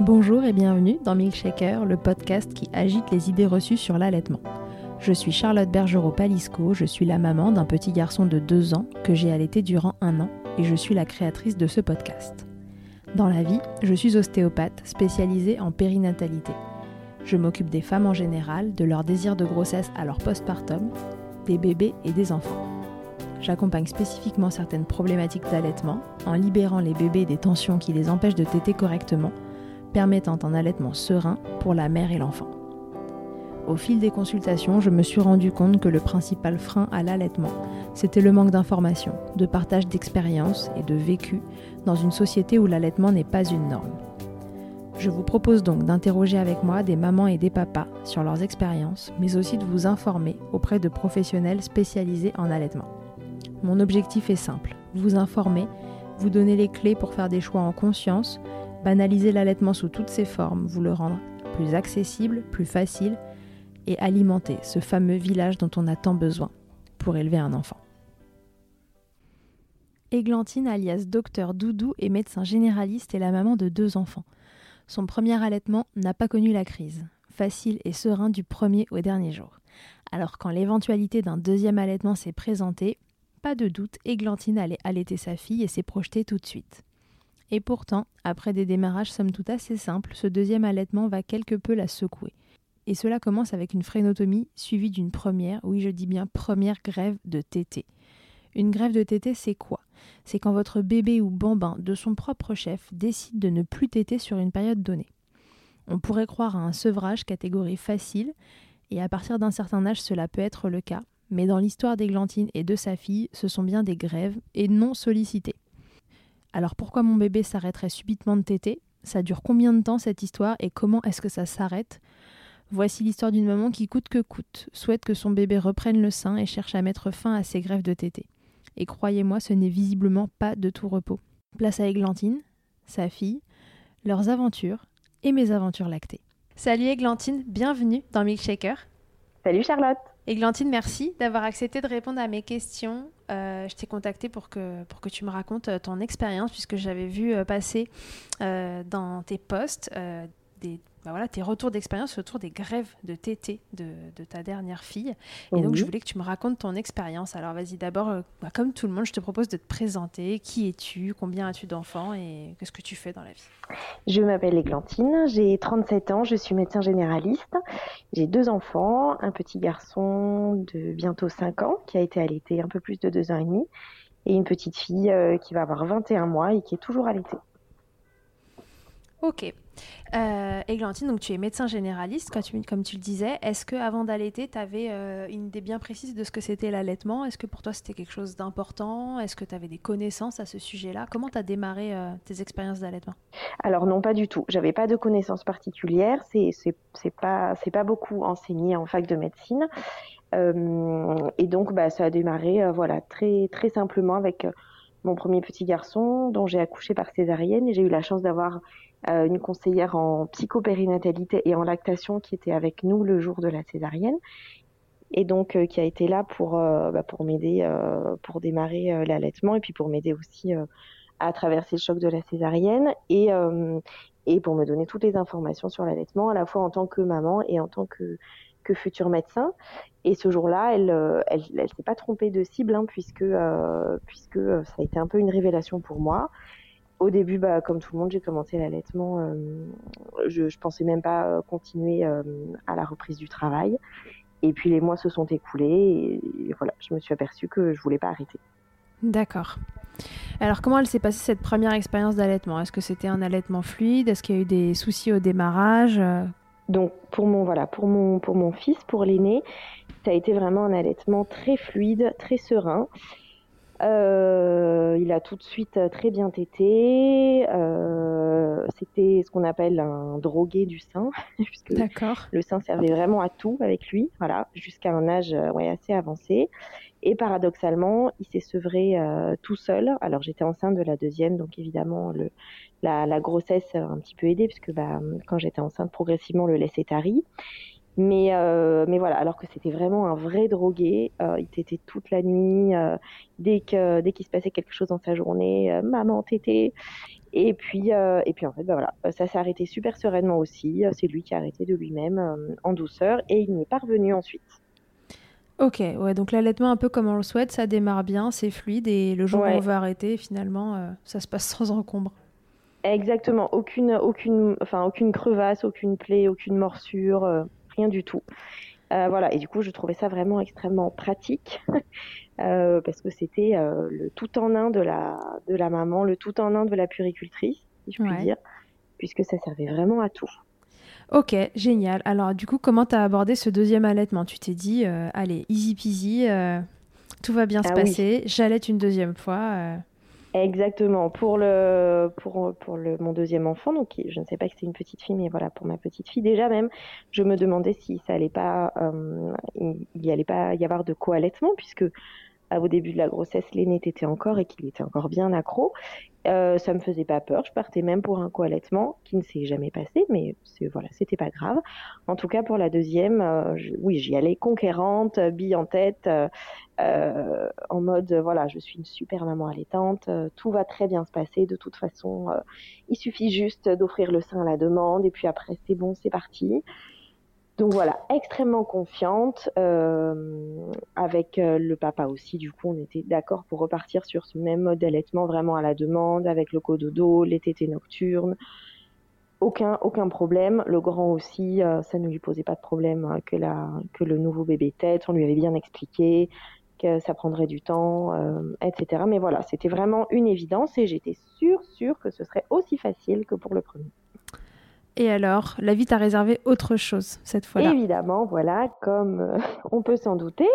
Bonjour et bienvenue dans Milkshaker, le podcast qui agite les idées reçues sur l'allaitement. Je suis Charlotte Bergerot-Palisco, je suis la maman d'un petit garçon de 2 ans que j'ai allaité durant 1 an et je suis la créatrice de ce podcast. Dans la vie, je suis ostéopathe spécialisée en périnatalité. Je m'occupe des femmes en général, de leur désir de grossesse à leur postpartum, des bébés et des enfants. J'accompagne spécifiquement certaines problématiques d'allaitement en libérant les bébés des tensions qui les empêchent de téter correctement, permettant un allaitement serein pour la mère et l'enfant. Au fil des consultations, je me suis rendu compte que le principal frein à l'allaitement, c'était le manque d'informations, de partage d'expériences et de vécu dans une société où l'allaitement n'est pas une norme. Je vous propose donc d'interroger avec moi des mamans et des papas sur leurs expériences, mais aussi de vous informer auprès de professionnels spécialisés en allaitement. Mon objectif est simple, vous informer, vous donner les clés pour faire des choix en conscience, banaliser l'allaitement sous toutes ses formes, vous le rendre plus accessible, plus facile et alimenter ce fameux village dont on a tant besoin pour élever un enfant. Églantine alias Docteur Doudou est médecin généraliste et la maman de 2 enfants. Son premier allaitement n'a pas connu la crise, facile et serein du premier au dernier jour. Alors quand l'éventualité d'un deuxième allaitement s'est présentée, pas de doute, Églantine allait allaiter sa fille et s'est projetée tout de suite. Et pourtant, après des démarrages somme toute assez simples, ce deuxième allaitement va quelque peu la secouer. Et cela commence avec une frénotomie suivie d'une première, oui je dis bien première grève de tétée. Une grève de tétée, c'est quoi ? C'est quand votre bébé ou bambin de son propre chef décide de ne plus téter sur une période donnée. On pourrait croire à un sevrage catégorie facile, et à partir d'un certain âge cela peut être le cas, mais dans l'histoire d'Églantine et de sa fille, ce sont bien des grèves et non sollicitées. Alors pourquoi mon bébé s'arrêterait subitement de téter ? Ça dure combien de temps cette histoire et comment est-ce que ça s'arrête ? Voici l'histoire d'une maman qui coûte que coûte souhaite que son bébé reprenne le sein et cherche à mettre fin à ses grèves de tétée. Et croyez-moi, ce n'est visiblement pas de tout repos. Place à Églantine, sa fille, leurs aventures et mes aventures lactées. Salut Églantine, bienvenue dans Milkshaker. Salut Charlotte. Églantine, merci d'avoir accepté de répondre à mes questions. Je t'ai contactée pour que tu me racontes ton expérience, puisque j'avais vu passer dans tes posts tes retours d'expérience autour des grèves de tétée de ta dernière fille. Et donc, je voulais que tu me racontes ton expérience. Alors, vas-y, d'abord, comme tout le monde, je te propose de te présenter. Qui es-tu ? Combien as-tu d'enfants ? Et qu'est-ce que tu fais dans la vie ? Je m'appelle Églantine, j'ai 37 ans, je suis médecin généraliste. J'ai 2 enfants, un petit garçon de bientôt 5 ans qui a été allaité un peu plus de 2 ans et demi et une petite fille qui va avoir 21 mois et qui est toujours allaitée. Ok. Églantine, donc tu es médecin généraliste, comme tu le disais. Est-ce qu'avant d'allaiter, tu avais une idée bien précise de ce que c'était l'allaitement ? Est-ce que pour toi, c'était quelque chose d'important ? Est-ce que tu avais des connaissances à ce sujet-là ? Comment tu as démarré tes expériences d'allaitement ? Alors non, pas du tout. J'avais pas de connaissances particulières. C'est pas beaucoup enseigné en fac de médecine. Et donc, ça a démarré très, très simplement avec mon premier petit garçon dont j'ai accouché par césarienne. Et j'ai eu la chance d'avoir une conseillère en psychopérinatalité et en lactation qui était avec nous le jour de la césarienne. Et donc, qui a été là pour m'aider pour démarrer l'allaitement et puis pour m'aider aussi à traverser le choc de la césarienne et pour me donner toutes les informations sur l'allaitement, à la fois en tant que maman et en tant que futur médecin. Et ce jour-là, elle s'est pas trompée de cible, puisque ça a été un peu une révélation pour moi. Au début, comme tout le monde, j'ai commencé l'allaitement. Je pensais même pas continuer à la reprise du travail. Et puis les mois se sont écoulés et voilà, je me suis aperçue que je voulais pas arrêter. D'accord. Alors, comment elle s'est passée cette première expérience d'allaitement ? Est-ce que c'était un allaitement fluide ? Est-ce qu'il y a eu des soucis au démarrage ? Donc pour mon fils, pour l'aîné, ça a été vraiment un allaitement très fluide, très serein. Il a tout de suite très bien tété. C'était ce qu'on appelle un drogué du sein, puisque D'accord. le sein servait vraiment à tout avec lui, voilà, jusqu'à un âge assez avancé. Et paradoxalement, il s'est sevré tout seul. Alors j'étais enceinte de la deuxième, donc évidemment la grossesse a un petit peu aidé, puisque quand j'étais enceinte, progressivement le lait s'est tari. Mais voilà, alors que c'était vraiment un vrai drogué, il tétait toute la nuit, dès qu'il se passait quelque chose dans sa journée, maman tétée. Et puis en fait, bah voilà, ça s'est arrêté super sereinement aussi. C'est lui qui a arrêté de lui-même en douceur et il n'y est pas revenu ensuite. Ok, ouais, donc l'allaitement, un peu comme on le souhaite, ça démarre bien, c'est fluide et le jour où on Ouais, veut arrêter, finalement, ça se passe sans encombre. exactement. Aucune crevasse, aucune plaie, aucune morsure, rien du tout. Voilà, et du coup, je trouvais ça vraiment extrêmement pratique parce que c'était le tout en un de la maman, le tout en un de la puéricultrice, si je puis Ouais. dire, puisque ça servait vraiment à tout. Ok, génial. Alors, du coup, comment t'as abordé ce deuxième allaitement? Tu t'es dit, allez, easy peasy, tout va bien se Ah oui, passer, j'allaite une deuxième fois. exactement. Mon deuxième enfant, donc je ne sais pas que c'est une petite fille, mais voilà, pour ma petite fille déjà même, je me demandais si ça allait pas, il y allait pas y avoir de co-allaitement, puisque au début de la grossesse, l'aîné était encore et qu'il était encore bien accro. Ça me faisait pas peur. Je partais même pour un co-allaitement qui ne s'est jamais passé, mais voilà, c'était pas grave. En tout cas, pour la deuxième, oui, j'y allais conquérante, bille en tête, en mode voilà, je suis une super maman allaitante, tout va très bien se passer. De toute façon, il suffit juste d'offrir le sein à la demande et puis après c'est bon, c'est parti. Donc voilà, extrêmement confiante, avec le papa aussi. Du coup, on était d'accord pour repartir sur ce même mode d'allaitement vraiment à la demande, avec le cododo, les tétées nocturnes. Aucun problème. Le grand aussi, ça ne lui posait pas de problème que le nouveau bébé tète. On lui avait bien expliqué que ça prendrait du temps, etc. Mais voilà, c'était vraiment une évidence et j'étais sûre que ce serait aussi facile que pour le premier. Et alors, la vie t'a réservé autre chose cette fois-là. Évidemment, voilà, comme on peut s'en douter.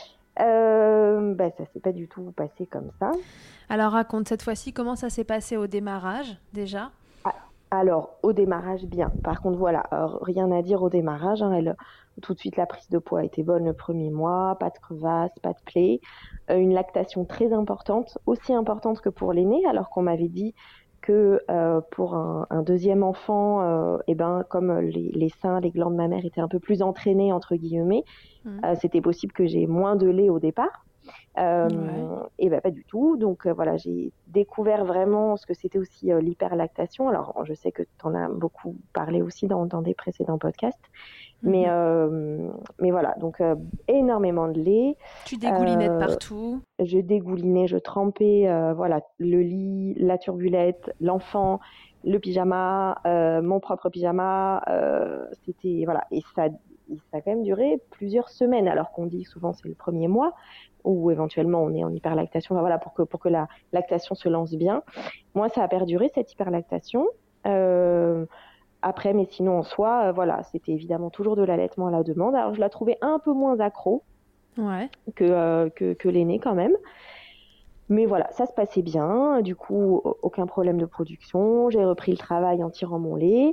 Bah, ça s'est pas du tout passé comme ça. Alors, raconte cette fois-ci comment ça s'est passé au démarrage, déjà. Ah, alors, au démarrage, bien. Par contre, voilà, rien à dire au démarrage, hein. Tout de suite, la prise de poids était bonne le premier mois, pas de crevasse, pas de plaie. Une lactation très importante, aussi importante que pour l'aîné, alors qu'on m'avait dit que pour un deuxième enfant, eh ben, comme les seins, les glandes mammaires étaient un peu plus entraînés, entre guillemets, Hmm. c'était possible que j'ai moins de lait au départ. Ouais. Et ben pas du tout. Donc voilà, j'ai découvert vraiment ce que c'était aussi l'hyperlactation. Alors je sais que tu en as beaucoup parlé aussi dans des précédents podcasts, mais, Mhm. euh, mais voilà, donc énormément de lait. Tu dégoulinais de Euh, partout. je dégoulinais, je trempais, voilà, le lit, la turbulette, l'enfant, le pyjama, mon propre pyjama. C'était voilà, ça a quand même duré plusieurs semaines, alors qu'on dit souvent c'est le premier mois ou éventuellement on est en hyperlactation. Enfin, voilà, pour que la lactation se lance bien. Moi, ça a perduré cette hyperlactation. Euh, Après, mais sinon en soi, voilà, c'était évidemment toujours de l'allaitement à la demande. Alors je la trouvais un peu moins accro Ouais. que l'aîné quand même. Mais voilà, ça se passait bien. Du coup, aucun problème de production. J'ai repris le travail en tirant mon lait.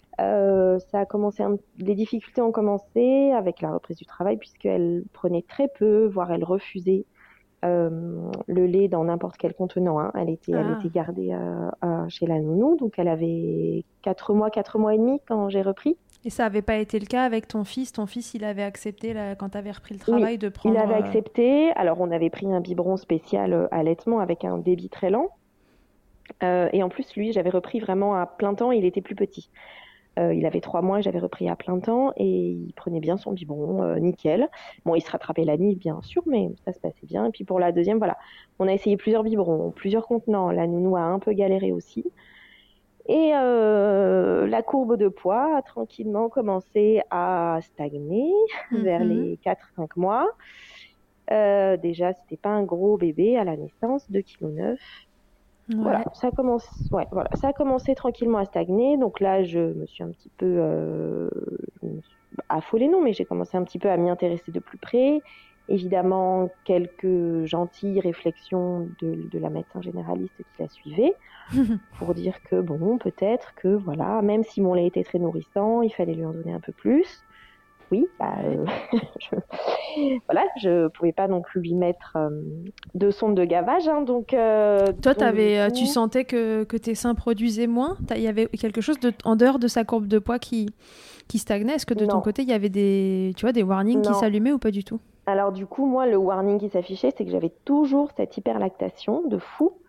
Les difficultés ont commencé avec la reprise du travail puisqu'elle prenait très peu, voire elle refusait le lait dans n'importe quel contenant, hein. Elle était Ah. gardée chez la nounou, donc elle avait 4 mois et demi quand j'ai repris. Et ça n'avait pas été le cas avec ton fils. Ton fils, il avait accepté, là, quand tu avais repris le Oui, travail, de il prendre... avait accepté. Alors on avait pris un biberon spécial allaitement avec un débit très lent. Et en plus, lui, j'avais repris vraiment à plein temps. Il était plus petit. Il avait 3 mois, j'avais repris à plein temps et il prenait bien son biberon, nickel. Bon, il se rattrapait la nuit, bien sûr, mais ça se passait bien. Et puis pour la deuxième, voilà, on a essayé plusieurs biberons, plusieurs contenants. La nounou a un peu galéré aussi. Et la courbe de poids a tranquillement commencé à stagner vers Mhm. les 4 5 mois. Déjà, c'était pas un gros bébé à la naissance, 2,9 kg. Voilà, Ouais. ouais, voilà, ça a commencé tranquillement à stagner. Donc là, je me suis un petit peu affolée, non, mais j'ai commencé un petit peu à m'y intéresser de plus près. Évidemment, quelques gentilles réflexions de la médecin généraliste qui la suivait pour dire que bon, peut-être que voilà, même si mon lait était très nourrissant, il fallait lui en donner un peu plus. Oui, Ouais. voilà, je pouvais pas non plus lui mettre de sonde de gavage, hein, Toi, du tu coup, sentais que tes seins produisaient moins? Il y avait quelque chose en dehors de sa courbe de poids qui stagnait? Est-ce que de ton non, côté, il y avait tu vois, des warnings qui non. s'allumaient ou pas du tout? Alors du coup, moi, le warning qui s'affichait, c'est que j'avais toujours cette hyperlactation de fou.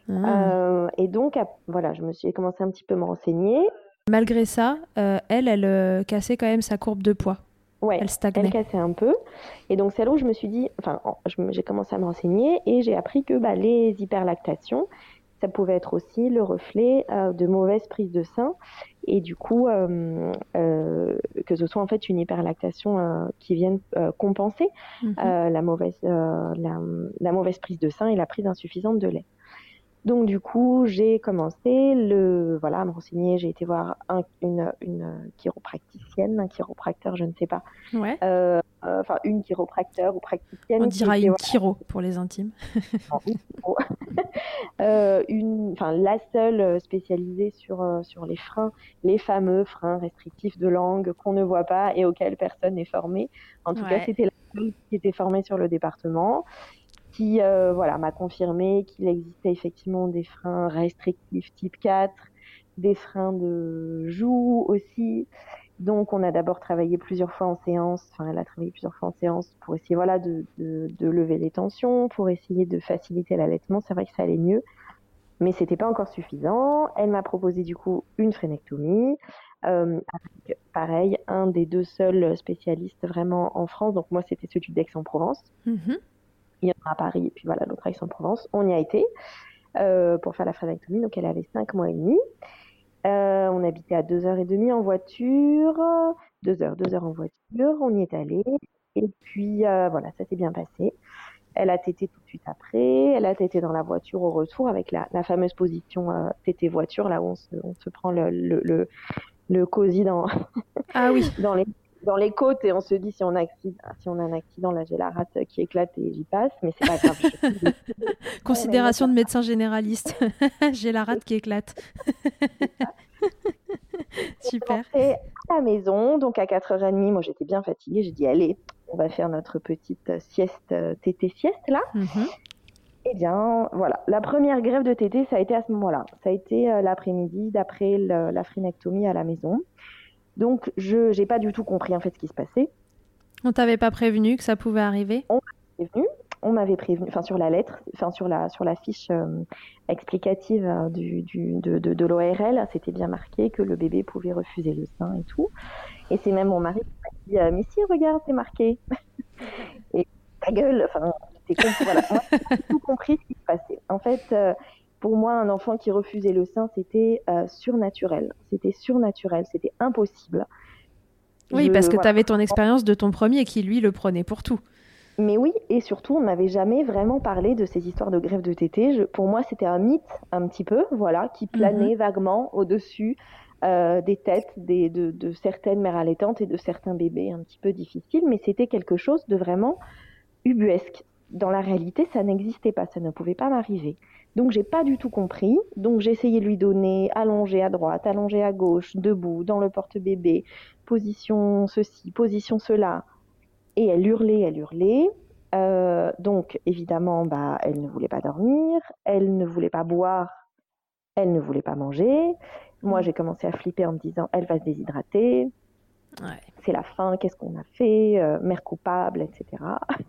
Et donc, voilà, j'ai commencé un petit peu à me renseigner. Malgré ça, elle cassait quand même sa courbe de poids. Ouais, Elle elle stagnait. cassait un peu. Et donc, c'est là où je me suis dit, enfin, j'ai commencé à me renseigner et j'ai appris que les hyperlactations, ça pouvait être aussi le reflet de mauvaise prise de sein. Et du coup, que ce soit en fait une hyperlactation qui vienne compenser la mauvaise prise de sein et la prise insuffisante de lait. Donc du coup, j'ai commencé à me renseigner. J'ai été voir une chiropracticienne, un chiropracteur, je ne sais pas. Ouais. Une chiropracteur ou On praticienne qui dira était une chiro pour les intimes. la seule spécialisée sur les freins, les fameux freins restrictifs de langue qu'on ne voit pas et auxquels personne n'est formé. En tout cas, c'était la seule qui était formée sur le département, qui m'a confirmé qu'il existait effectivement des freins restrictifs type 4, des freins de joue aussi. Donc, on a d'abord travaillé plusieurs fois en séance, elle a travaillé plusieurs fois en séance pour essayer de lever les tensions, pour essayer de faciliter l'allaitement. C'est vrai que ça allait mieux, mais c'était pas encore suffisant. Elle m'a proposé du coup une frénectomie, avec pareil, un des deux seuls spécialistes vraiment en France. Donc, moi, c'était celui d'Aix-en-Provence. Mm-hmm. Il y en a à Paris et puis voilà, l'autre à Aix-en-Provence. On y a été pour faire la frénectomie, donc elle avait 5 mois et demi. On habitait à 2h30 en voiture, 2 heures en voiture, on y est allé. Et puis voilà, ça s'est bien passé. Elle a tété tout de suite après, elle a tété dans la voiture au retour avec la fameuse position tété voiture, là où on se prend le cosy Ah oui. dans les côtes et on se dit si on a un accident, là j'ai la rate qui éclate et j'y passe, mais c'est pas grave. Considération de médecin généraliste. J'ai la rate qui éclate. Super. Et à la maison, donc à 4h30, moi j'étais bien fatiguée, j'ai dit allez, on va faire notre petite sieste, tété sieste là. Mm-hmm. Eh bien voilà, la première grève de tété, ça a été à ce moment-là. Ça a été l'après-midi d'après la phrénectomie à la maison. Donc je n'ai pas du tout compris en fait ce qui se passait. On t'avait pas prévenu que ça pouvait arriver? On m'avait prévenu, sur la lettre, sur la fiche explicative de l'ORL, c'était bien marqué que le bébé pouvait refuser le sein et tout. Et c'est même mon mari qui m'a dit mais si, regarde, c'est marqué. Et ta gueule, voilà. Moi, j'ai tout compris ce qui se passait. En fait, pour moi, un enfant qui refusait le sein, c'était surnaturel. C'était impossible. Oui, parce que tu avais ton expérience de ton premier qui, lui, le prenait pour tout. Mais oui, et surtout, on n'avait jamais vraiment parlé de ces histoires de grève de tété. Pour moi, c'était un mythe, un petit peu, voilà, qui planait vaguement au-dessus des têtes de certaines mères allaitantes et de certains bébés un petit peu difficiles, mais c'était quelque chose de vraiment ubuesque. Dans la réalité, ça n'existait pas, ça ne pouvait pas m'arriver. Donc, j'ai pas du tout compris. Donc, j'ai essayé de lui donner allongé à droite, allongé à gauche, debout, dans le porte-bébé, position ceci, position cela. Et elle hurlait. Donc, évidemment, elle ne voulait pas dormir, elle ne voulait pas boire, elle ne voulait pas manger. Moi, j'ai commencé à flipper en me disant, elle va se déshydrater. Ouais. C'est la fin, qu'est-ce qu'on a fait, mère coupable, etc.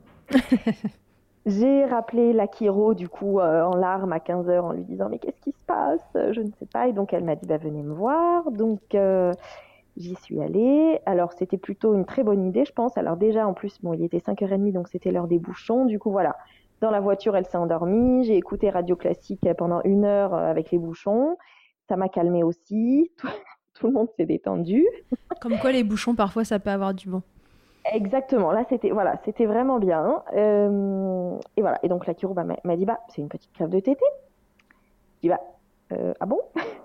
J'ai rappelé la chiro, du coup, en larmes à 15h en lui disant, mais qu'est-ce qui se passe? Je ne sais pas. Et donc, elle m'a dit, venez me voir. Donc, j'y suis allée. Alors, c'était plutôt une très bonne idée, je pense. Alors, déjà, en plus, il était 5h30, donc c'était l'heure des bouchons. Du coup, voilà. Dans la voiture, elle s'est endormie. J'ai écouté Radio Classique pendant 1 heure avec les bouchons. Ça m'a calmée aussi. Tout le monde s'est détendu. Comme quoi, les bouchons, parfois, ça peut avoir du bon. Exactement. Là, c'était vraiment bien. Et voilà. Et donc, la chiro m'a dit, c'est une petite crève de tété. Je dis, ah bon?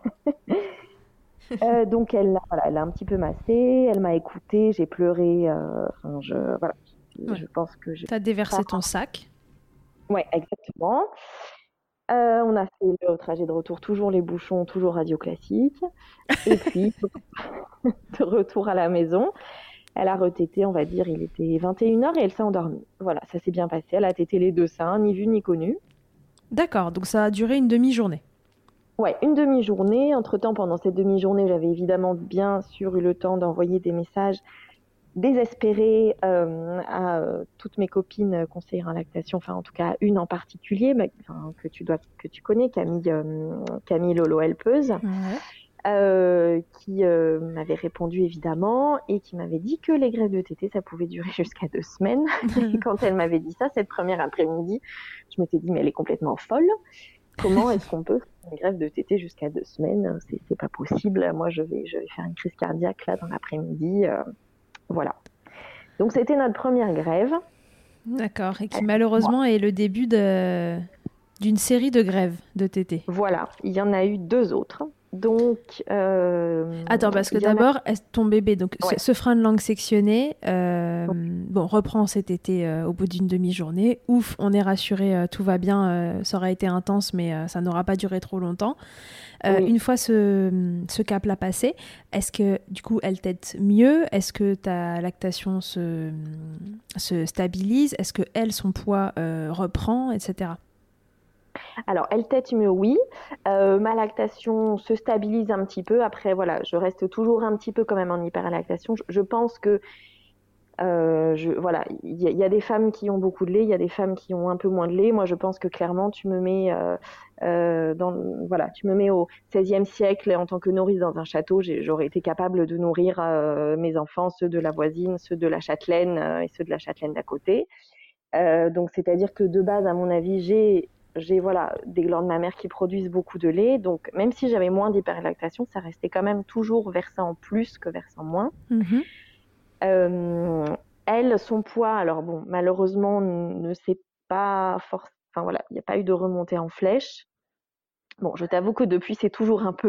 Donc elle a un petit peu massé, elle m'a écoutée, j'ai pleuré, je pense que j'ai... T'as déversé ton sac. Ouais, exactement. On a fait le trajet de retour, toujours les bouchons, toujours Radio Classique. Et puis, de retour à la maison, elle a retété, on va dire, il était 21h et elle s'est endormie. Voilà, ça s'est bien passé. Elle a tété les deux seins, ni vu ni connu. D'accord, donc ça a duré une demi-journée. Ouais, une demi-journée. Entre-temps, pendant cette demi-journée, j'avais évidemment bien sûr eu le temps d'envoyer des messages désespérée à toutes mes copines conseillères en lactation, enfin en tout cas une en particulier que tu connais, Camille Lolo Helpeuse, qui m'avait répondu évidemment et qui m'avait dit que les grèves de tétée ça pouvait durer jusqu'à 2 semaines. Et quand elle m'avait dit ça cette première après-midi, je m'étais dit mais elle est complètement folle. Comment est-ce qu'on peut faire une grève de tétée jusqu'à 2 semaines? C'est pas possible. Moi je vais faire une crise cardiaque là dans l'après-midi. Voilà. Donc c'était notre première grève. D'accord, et qui malheureusement est le début d'une série de grèves de tétée. Voilà, il y en a eu 2 autres. Donc, attends, parce que d'abord, ton bébé, donc ce frein de langue sectionné, reprend cet été au bout d'une demi-journée. Ouf, on est rassuré, tout va bien, ça aura été intense, mais ça n'aura pas duré trop longtemps. Une fois ce cap-là passé, est-ce que du coup elle tète mieux? Est-ce que ta lactation se stabilise? Est-ce que elle, son poids reprend, etc. Alors, elle tète mieux, oui. Ma lactation se stabilise un petit peu. Après, voilà, je reste toujours un petit peu quand même en hyperlactation. Je pense que voilà, il y a des femmes qui ont beaucoup de lait, il y a des femmes qui ont un peu moins de lait. Moi, je pense que clairement, tu me mets tu me mets au XVIe siècle en tant que nourrice dans un château, j'aurais été capable de nourrir mes enfants, ceux de la voisine, ceux de la châtelaine et ceux de la châtelaine d'à côté. Donc, c'est-à-dire que de base, à mon avis, j'ai voilà, des glandes mammaires qui produisent beaucoup de lait. Donc, même si j'avais moins d'hyperlactation, ça restait quand même toujours versant plus que versant moins. Elle, son poids, alors bon, malheureusement, ne s'est pas forcé. Enfin voilà, il n'y a pas eu de remontée en flèche. Bon, je t'avoue que depuis, c'est toujours un peu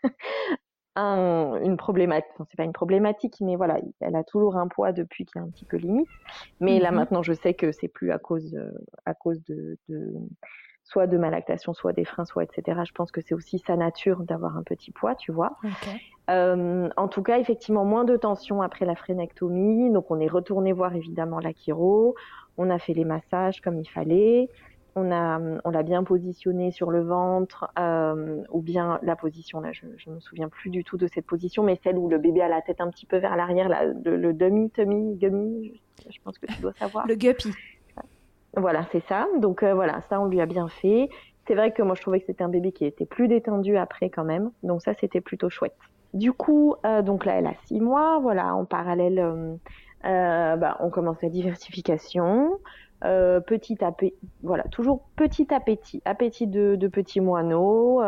une problématique. Enfin, c'est pas une problématique, mais voilà, elle a toujours un poids depuis qui est un petit peu limite. Mais là, maintenant, je sais que c'est plus à cause de soit de ma lactation, soit des freins, soit etc. Je pense que c'est aussi sa nature d'avoir un petit poids, tu vois. En tout cas, effectivement, moins de tension après la frénectomie. Donc, on est retourné voir évidemment la chiro. On a fait les massages comme il fallait. On l'a bien positionné sur le ventre, ou bien la position, là, je me souviens plus du tout de cette position, mais celle où le bébé a la tête un petit peu vers l'arrière, là, le gummy, je pense que tu dois savoir. Le guppy. Voilà, c'est ça. Donc voilà, ça, on lui a bien fait. C'est vrai que moi, je trouvais que c'était un bébé qui était plus détendu après quand même. Donc ça, c'était plutôt chouette. Du coup, donc là, elle a 6 mois. Voilà, en parallèle, on commence la diversification. Voilà, toujours petit appétit de petits moineaux.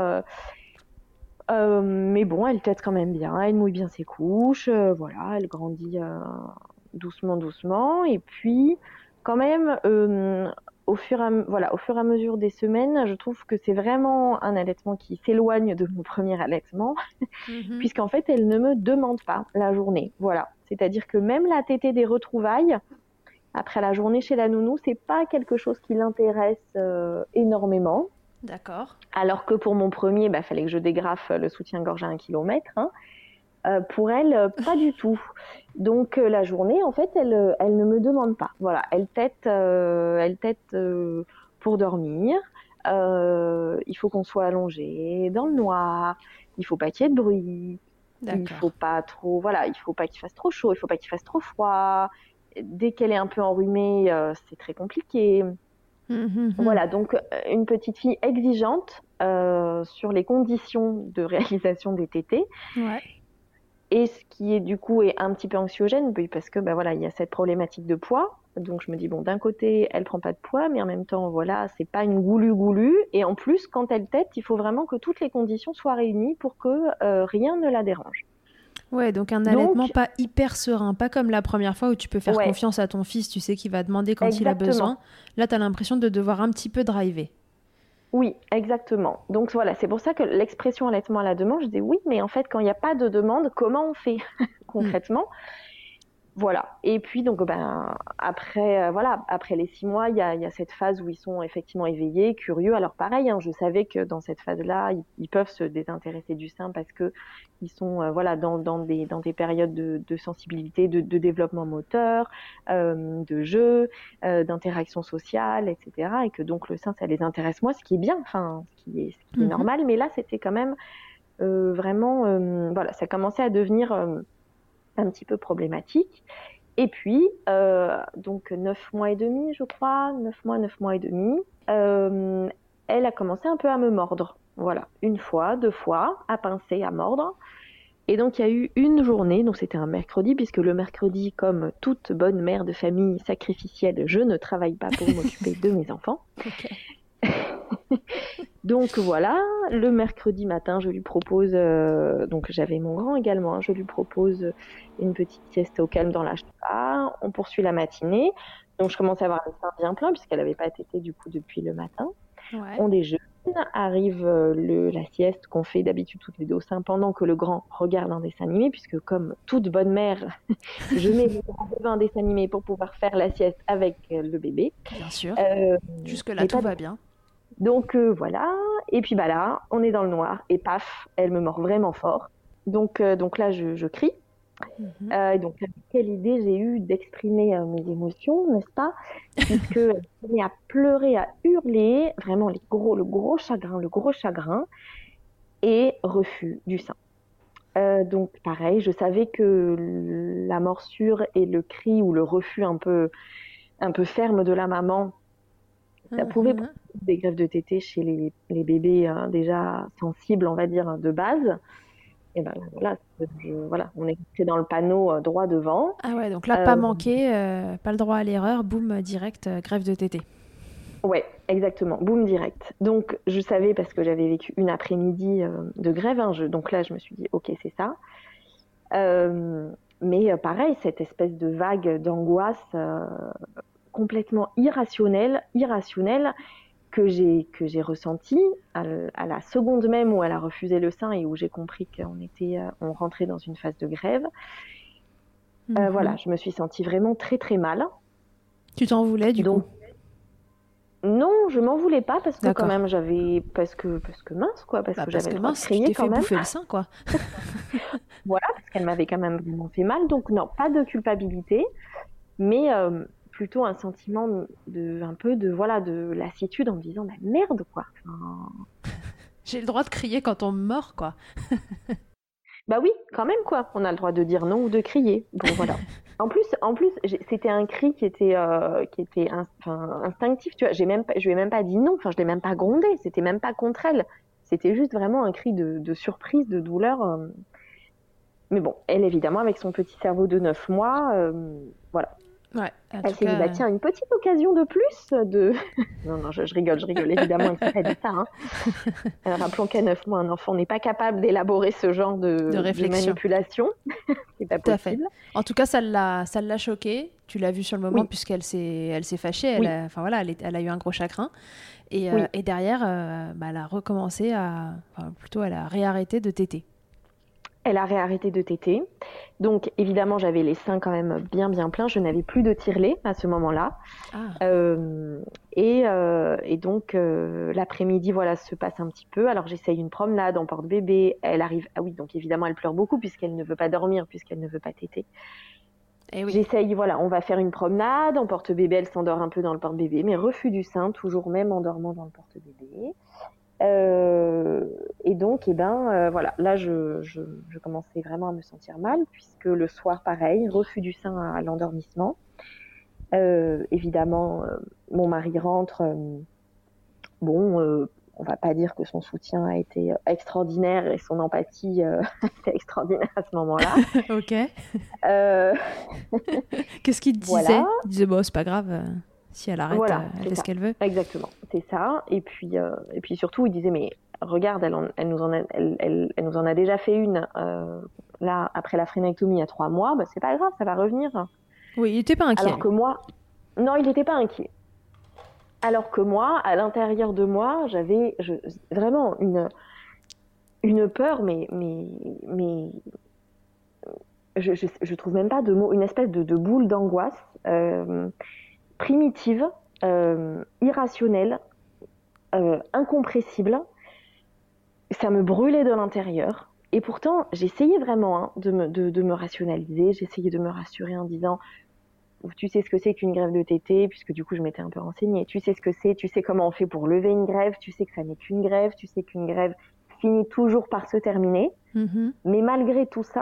Mais bon, elle tète quand même bien, elle mouille bien ses couches. Voilà, elle grandit doucement. Et puis, quand même, au fur et à mesure des semaines, je trouve que c'est vraiment un allaitement qui s'éloigne de mon premier allaitement, puisqu'en fait, elle ne me demande pas la journée. Voilà, c'est-à-dire que même la tétée des retrouvailles, après la journée chez la nounou, c'est pas quelque chose qui l'intéresse énormément. D'accord. Alors que pour mon premier, fallait que je dégrafe le soutien-gorge à 1 kilomètre. Pour elle, pas du tout. Donc la journée, en fait, elle ne me demande pas. Voilà, elle tète pour dormir. Il faut qu'on soit allongé dans le noir. Il faut pas qu'il y ait de bruit. D'accord. Il faut pas trop, voilà, il faut pas qu'il fasse trop chaud. Il faut pas qu'il fasse trop froid. Dès qu'elle est un peu enrhumée, c'est très compliqué. Voilà, donc une petite fille exigeante sur les conditions de réalisation des tétées. Ouais. Et ce qui est du coup est un petit peu anxiogène, parce que voilà, il y a cette problématique de poids. Donc je me dis bon, d'un côté, elle prend pas de poids, mais en même temps, voilà, c'est pas une goulue. Et en plus, quand elle tète, il faut vraiment que toutes les conditions soient réunies pour que rien ne la dérange. Ouais, donc un allaitement pas hyper serein, pas comme la première fois où tu peux faire confiance à ton fils, tu sais qu'il va demander quand il a besoin. Là, tu as l'impression de devoir un petit peu driver. Oui, exactement. Donc voilà, c'est pour ça que l'expression allaitement à la demande, je dis oui, mais en fait, quand il n'y a pas de demande, comment on fait concrètement? Voilà. Et puis donc après les 6 mois, il y a cette phase où ils sont effectivement éveillés, curieux. Alors pareil, je savais que dans cette phase-là, ils peuvent se désintéresser du sein parce que ils sont dans des périodes de sensibilité, de développement moteur, de jeu, d'interaction sociale, etc. Et que donc le sein, ça les intéresse moins, ce qui est bien, enfin ce qui est normal. Mais là, c'était quand même vraiment ça commençait à devenir un petit peu problématique. Et puis, donc 9 mois et demi, je crois, 9 mois et demi, elle a commencé un peu à me mordre. Voilà, une fois, deux fois, à pincer, à mordre. Et donc, il y a eu une journée, donc c'était un mercredi, puisque le mercredi, comme toute bonne mère de famille sacrificielle, je ne travaille pas pour m'occuper de mes enfants. Ok. Donc voilà, le mercredi matin, je lui propose, donc j'avais mon grand également, hein, je lui propose une petite sieste au calme dans la chambre. On poursuit la matinée. Donc je commence à avoir le sein bien plein, puisqu'elle n'avait pas tété du coup depuis le matin. Ouais. On déjeune, arrive la sieste qu'on fait d'habitude toutes les deux au sein pendant que le grand regarde un dessin animé, puisque comme toute bonne mère, je mets le grand devant un dessin animé pour pouvoir faire la sieste avec le bébé. Bien sûr. Jusque-là, Mais tout pas va bien. Donc voilà, et puis bah là, on est dans le noir, et paf, elle me mord vraiment fort. Donc là, je crie. Et donc, quelle idée j'ai eue d'exprimer mes émotions, n'est-ce pas? Puisque elle s'est mise à pleurer, à hurler, vraiment le gros chagrin, et refus du sein. Donc pareil, je savais que la morsure et le cri ou le refus un peu ferme de la maman, ça pouvait provoquer des greffes de tétée chez les bébés déjà sensibles, on va dire, de base. Et ben voilà, on est resté dans le panneau droit devant. Ah ouais, donc là, pas manqué, pas le droit à l'erreur, boum, direct, greffe de tétée. Ouais, exactement, boum, direct. Donc je savais, parce que j'avais vécu une après-midi de grève, hein, donc là je me suis dit, ok, c'est ça. Mais pareil, cette espèce de vague d'angoisse complètement irrationnelle que j'ai ressenti à la seconde même où elle a refusé le sein et où j'ai compris on rentrait dans une phase de grève. Voilà, je me suis sentie vraiment très très mal. Tu t'en voulais du coup? Non, je m'en voulais pas, parce que D'accord. quand même parce que mince quoi, parce que j'avais le droit de crier tu t'es quand fait même. bouffer le sein quoi. Voilà, parce qu'elle m'avait quand même vraiment fait mal, donc non, pas de culpabilité, mais plutôt un sentiment un peu de lassitude, en me disant bah merde quoi. Enfin... J'ai le droit de crier quand on me mord quoi. Bah oui, quand même quoi. On a le droit de dire non ou de crier. Bon voilà. En plus, c'était un cri qui était instinctif. Tu vois, je lui ai même pas dit non. Enfin, je l'ai même pas grondé. C'était même pas contre elle. C'était juste vraiment un cri de surprise, de douleur. Mais bon, elle évidemment avec son petit cerveau de 9 mois, voilà. Ouais. Elle s'est dit bah tiens, une petite occasion de plus de. Non, je rigole évidemment. Elle s'est pas dit ça. Hein. Rappelons qu'à 9 mois, un enfant n'est pas capable d'élaborer ce genre de manipulation. C'est pas Tout possible. À fait. En tout cas, ça l'a choquée. Tu l'as vu sur le moment, puisqu'elle s'est fâchée. Oui. Elle a eu un gros chagrin. Et derrière, elle a recommencé elle a réarrêté de téter. Elle a réarrêté de téter. Donc, évidemment, j'avais les seins quand même bien, bien pleins. Je n'avais plus de tire-lait à ce moment-là. Et donc, l'après-midi, voilà, se passe un petit peu. Alors, j'essaye une promenade en porte-bébé. Elle arrive... Ah oui, donc évidemment, elle pleure beaucoup puisqu'elle ne veut pas dormir, puisqu'elle ne veut pas téter. Oui. J'essaye, voilà, on va faire une promenade. En porte-bébé, elle s'endort un peu dans le porte-bébé, mais refus du sein, toujours même en dormant dans le porte-bébé. Et donc, voilà, là, je commençais vraiment à me sentir mal, puisque le soir, pareil, refus du sein à l'endormissement. Évidemment, mon mari rentre. On va pas dire que son soutien a été extraordinaire et son empathie était extraordinaire à ce moment-là. Ok. Qu'est-ce qu'il te disait? Voilà. Il disait, bon, c'est pas grave. Si elle arrête, elle fait ce qu'elle veut. Exactement, c'est ça. Et puis surtout, il disait, mais regarde, elle nous en a déjà fait une là, après la frénectomie il y a 3 mois, bah, c'est pas grave, ça va revenir. Oui, il n'était pas inquiet. Alors que moi, non, il n'était pas inquiet. Alors que moi, à l'intérieur de moi, j'avais vraiment une peur, mais je trouve même pas de mots, une espèce de boule d'angoisse primitive, irrationnelle, incompressible. Ça me brûlait de l'intérieur. Et pourtant, j'essayais vraiment de me rationaliser. J'essayais de me rassurer en disant, tu sais ce que c'est qu'une grève de tétée, puisque du coup, je m'étais un peu renseignée. Tu sais ce que c'est, tu sais comment on fait pour lever une grève, tu sais que ça n'est qu'une grève, tu sais qu'une grève finit toujours par se terminer. Mm-hmm. Mais malgré tout ça,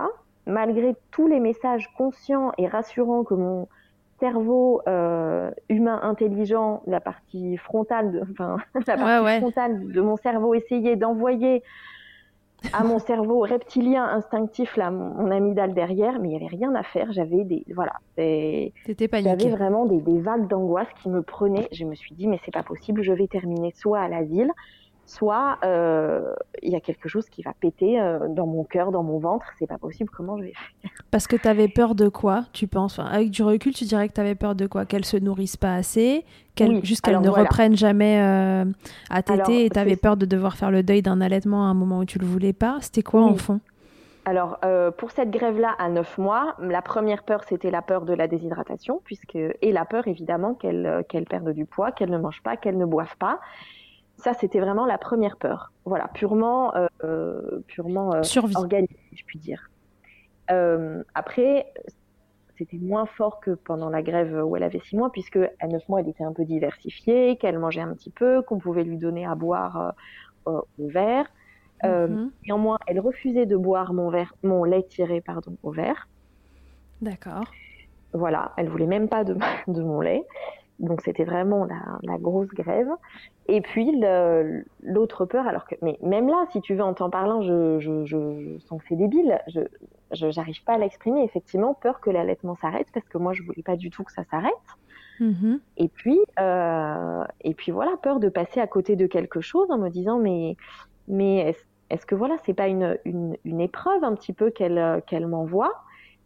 malgré tous les messages conscients et rassurants que mon cerveau humain intelligent, la partie frontale, la partie frontale de mon cerveau essayait d'envoyer à mon cerveau reptilien instinctif, là, mon amygdale derrière, mais il n'y avait rien à faire. J'avais T'étais paniquée. J'avais vraiment des vagues d'angoisse qui me prenaient. Je me suis dit, mais c'est pas possible, je vais terminer soit à l'asile, soit il y a quelque chose qui va péter dans mon cœur, dans mon ventre. C'est pas possible, comment je vais faire? Parce que t'avais peur de quoi, tu penses? Enfin, avec du recul, tu dirais que t'avais peur de quoi? Qu'elle se nourrisse pas assez, juste qu'elle ne reprenne jamais à téter, et t'avais peur de devoir faire le deuil d'un allaitement à un moment où tu le voulais pas. C'était quoi en fond? Alors, pour cette grève-là, à 9 mois, la première peur, c'était la peur de la déshydratation, et la peur, évidemment, qu'elle perde du poids, qu'elle ne mange pas, qu'elle ne boive pas. Ça, c'était vraiment la première peur. Voilà, purement organique, si je puis dire. Après, c'était moins fort que pendant la grève où elle avait 6 mois, puisque à 9 mois, elle était un peu diversifiée, qu'elle mangeait un petit peu, qu'on pouvait lui donner à boire au verre. Néanmoins, elle refusait de boire mon lait tiré au verre. D'accord. Voilà, elle voulait même pas de mon lait. Donc c'était vraiment la grosse grève. Et puis l'autre peur, mais même là, si tu veux, en t'en parlant, je sens que c'est débile. Je j'arrive pas à l'exprimer. Effectivement, peur que l'allaitement s'arrête, parce que moi je voulais pas du tout que ça s'arrête. Et puis voilà, peur de passer à côté de quelque chose en me disant mais est-ce que voilà, c'est pas une épreuve un petit peu qu'elle m'envoie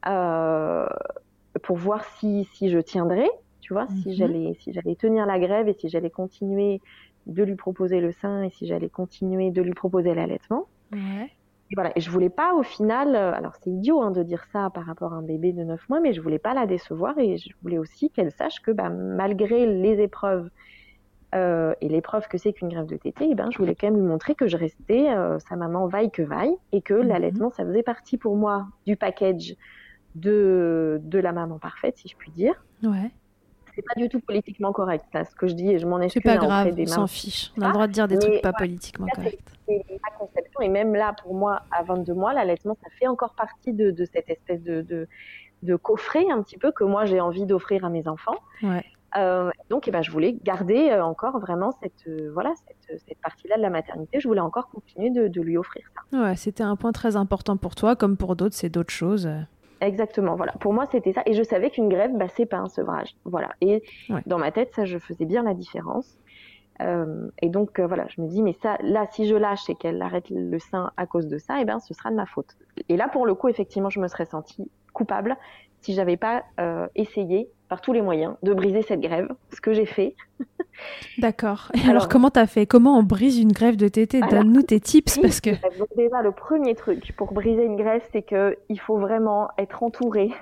pour voir si je tiendrais. Tu vois, si j'allais tenir la grève et si j'allais continuer de lui proposer le sein et si j'allais continuer de lui proposer l'allaitement. Ouais. Et voilà. Et je voulais pas, au final, alors c'est idiot de dire ça par rapport à un bébé de 9 mois, mais je voulais pas la décevoir et je voulais aussi qu'elle sache que malgré les épreuves et l'épreuve que c'est qu'une grève de tétée, je voulais quand même lui montrer que je restais sa maman vaille que vaille et que l'allaitement, ça faisait partie pour moi du package de la maman parfaite, si je puis dire. Ouais. C'est pas du tout politiquement correct, ça, ce que je dis, et je m'en excuse. C'est pas grave, on s'en fiche. On a le droit de dire des trucs pas politiquement corrects. C'est ma conception, et même là, pour moi, à 22 mois, l'allaitement, ça fait encore partie de cette espèce de coffret, un petit peu, que moi, j'ai envie d'offrir à mes enfants. Ouais. Donc, je voulais garder encore vraiment cette partie-là de la maternité. Je voulais encore continuer de lui offrir ça. Ouais, c'était un point très important pour toi, comme pour d'autres, c'est d'autres choses. Exactement, voilà. Pour moi, c'était ça. Et je savais qu'une grève, c'est pas un sevrage. Voilà. Et dans ma tête, ça, je faisais bien la différence. Et donc, voilà, je me dis, mais ça, là, si je lâche et qu'elle arrête le sein à cause de ça, ce sera de ma faute. Et là, pour le coup, effectivement, je me serais sentie coupable si j'avais pas essayé, par tous les moyens, de briser cette grève, ce que j'ai fait. D'accord. Et alors comment t'as fait? Comment on brise une grève de tétée? Donne-nous tes tips, parce que... Donc déjà, le premier truc pour briser une grève, c'est qu'il faut vraiment être entouré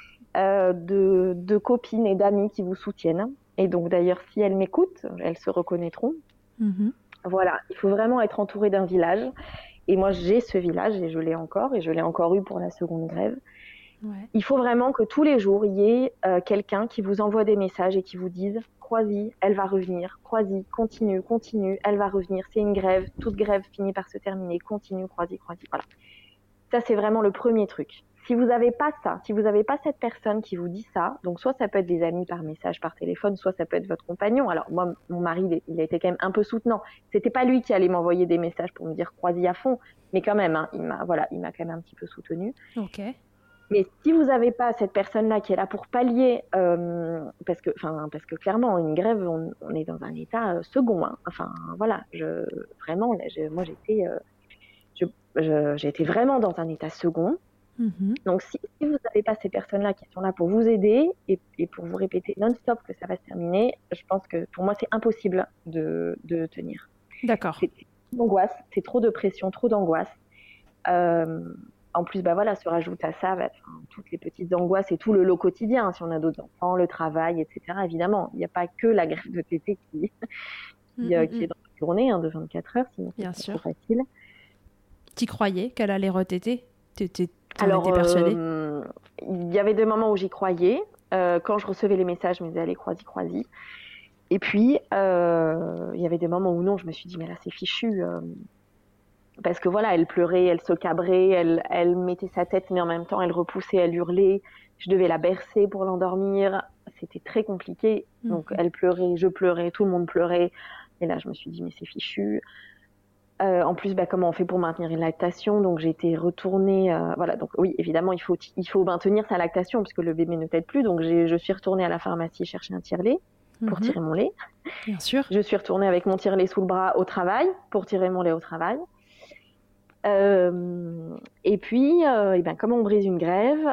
de copines et d'amis qui vous soutiennent. Et donc d'ailleurs, si elles m'écoutent, elles se reconnaîtront. Voilà, il faut vraiment être entouré d'un village. Et moi, j'ai ce village et je l'ai encore eu pour la seconde grève. Ouais. Il faut vraiment que tous les jours, il y ait quelqu'un qui vous envoie des messages et qui vous dise « Crois-y, elle va revenir. Crois-y, continue, elle va revenir. C'est une grève, toute grève finit par se terminer. Continue, crois-y. » Voilà. Ça, c'est vraiment le premier truc. Si vous n'avez pas ça, si vous n'avez pas cette personne qui vous dit ça, donc soit ça peut être des amis par message, par téléphone, soit ça peut être votre compagnon. Alors moi, mon mari, il a été quand même un peu soutenant. C'était pas lui qui allait m'envoyer des messages pour me dire « Crois-y à fond », mais quand même, il m'a quand même un petit peu soutenue. Ok. Mais si vous n'avez pas cette personne-là qui est là pour pallier, parce que clairement, une grève, on est dans un état second. Hein. Enfin, voilà, moi j'étais vraiment dans un état second. Donc, si vous n'avez pas ces personnes-là qui sont là pour vous aider et pour vous répéter non-stop que ça va se terminer, je pense que pour moi, c'est impossible de tenir. D'accord. C'est d'angoisse, c'est trop de pression, trop d'angoisse. En plus, se rajoute à ça toutes les petites angoisses et tout le lot quotidien. Si on a d'autres enfants, le travail, etc. Évidemment, il n'y a pas que la grève de tétée qui est dans la journée de 24 heures, sinon c'est trop facile. Tu croyais qu'elle allait retéter? Alors, étais persuadée? Il y avait des moments où j'y croyais. Quand je recevais les messages, je me disais allez, crois-y. Et puis, il y avait des moments où non, je me suis dit mais là c'est fichu. parce que voilà, elle pleurait, elle se cabrait, elle mettait sa tête, mais en même temps, elle repoussait, elle hurlait. Je devais la bercer pour l'endormir. C'était très compliqué. Donc, elle pleurait, je pleurais, tout le monde pleurait. Et là, je me suis dit, mais c'est fichu. En plus, comment on fait pour maintenir une lactation? Donc, j'ai été retournée. Voilà, donc oui, évidemment, il faut maintenir sa lactation puisque le bébé ne tète plus. Donc, je suis retournée à la pharmacie chercher un tire-lait pour tirer mon lait. Bien sûr. Je suis retournée avec mon tire-lait sous le bras au travail pour tirer mon lait au travail. Et puis, comme on brise une grève,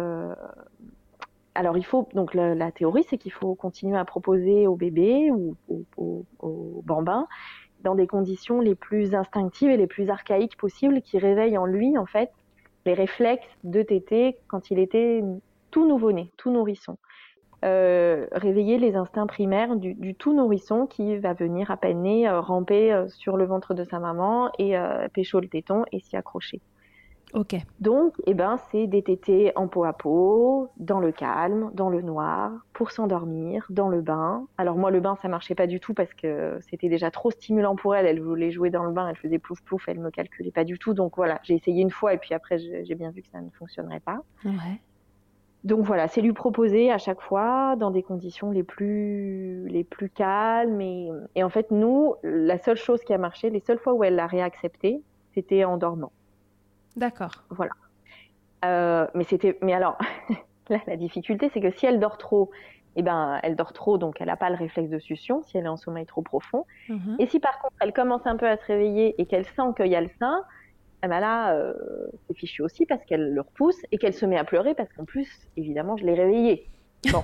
alors il faut donc la théorie, c'est qu'il faut continuer à proposer au bébé ou au bambin dans des conditions les plus instinctives et les plus archaïques possibles, qui réveillent en lui en fait les réflexes de téter quand il était tout nouveau-né, tout nourrisson. Réveiller les instincts primaires du tout nourrisson qui va venir à peine né ramper sur le ventre de sa maman et pécho le téton et s'y accrocher. Ok. Donc, c'est des tétés en peau à peau, dans le calme, dans le noir, pour s'endormir, dans le bain. Alors moi, le bain, ça marchait pas du tout parce que c'était déjà trop stimulant pour elle. Elle voulait jouer dans le bain, elle faisait plouf plouf, elle me calculait pas du tout. Donc voilà, j'ai essayé une fois et puis après, j'ai bien vu que ça ne fonctionnerait pas. Ouais. Donc voilà, c'est lui proposer à chaque fois dans des conditions les plus calmes. Et en fait, nous, la seule chose qui a marché, les seules fois où elle l'a réaccepté, c'était en dormant. D'accord. Voilà. Mais alors, là, la difficulté, c'est que si elle dort trop, elle dort trop, donc elle n'a pas le réflexe de succion, si elle est en sommeil trop profond. Et si par contre, elle commence un peu à se réveiller et qu'elle sent qu'il y a le sein, là, c'est fichu aussi parce qu'elle le repousse et qu'elle se met à pleurer parce qu'en plus, évidemment, je l'ai réveillée. Bon.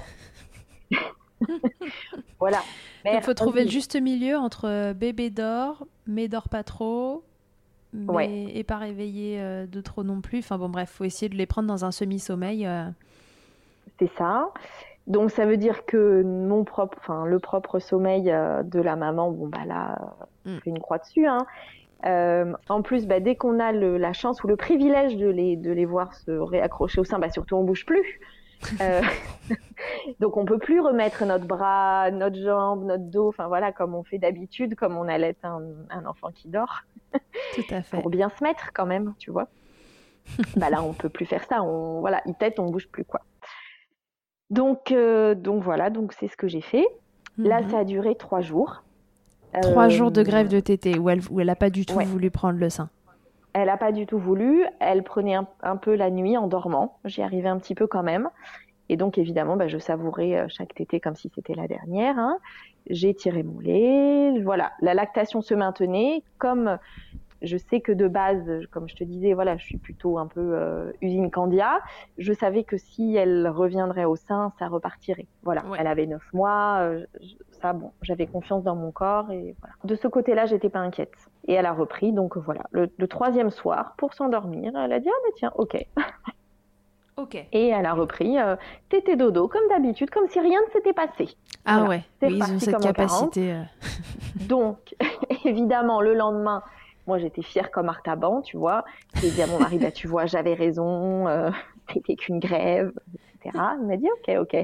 Voilà. Il faut trouver le juste milieu entre bébé dort, mais dort pas trop, et pas réveillé de trop non plus. Enfin bon, bref, faut essayer de les prendre dans un semi-sommeil. C'est ça. Donc ça veut dire que le propre sommeil de la maman, on fait une croix dessus. Hein. En plus, dès qu'on a la chance ou le privilège de les voir se réaccrocher au sein, surtout on bouge plus. Donc on peut plus remettre notre bras, notre jambe, notre dos, comme on fait d'habitude, comme on allait un enfant qui dort. Tout à fait. Pour bien se mettre quand même, tu vois. Là on peut plus faire ça. Il tète, on bouge plus quoi. Donc voilà, donc c'est ce que j'ai fait. Là ça a duré 3 jours. 3 jours de grève de tétée où elle a pas du tout voulu prendre le sein. Elle n'a pas du tout voulu. Elle prenait un peu la nuit en dormant. J'y arrivais un petit peu quand même. Et donc, évidemment, je savourais chaque tétée comme si c'était la dernière. Hein. J'ai tiré mon lait. Voilà, la lactation se maintenait. Comme je sais que de base, comme je te disais, voilà, je suis plutôt un peu usine Candia. Je savais que si elle reviendrait au sein, ça repartirait. Voilà, elle avait 9 mois. J'avais confiance dans mon corps. Et voilà. De ce côté-là, j'étais pas inquiète. Et elle a repris. Donc voilà, le 3e soir, pour s'endormir, elle a dit « Ah, mais tiens, ok ». Ok. Et elle a repris tété dodo comme d'habitude, comme si rien ne s'était passé. Ah voilà. Oui, ils ont cette capacité. Donc, évidemment, le lendemain, moi j'étais fière comme Artaban, tu vois. J'ai dit à mon mari, tu vois, j'avais raison, c'était qu'une grève, etc. Il m'a dit, ok.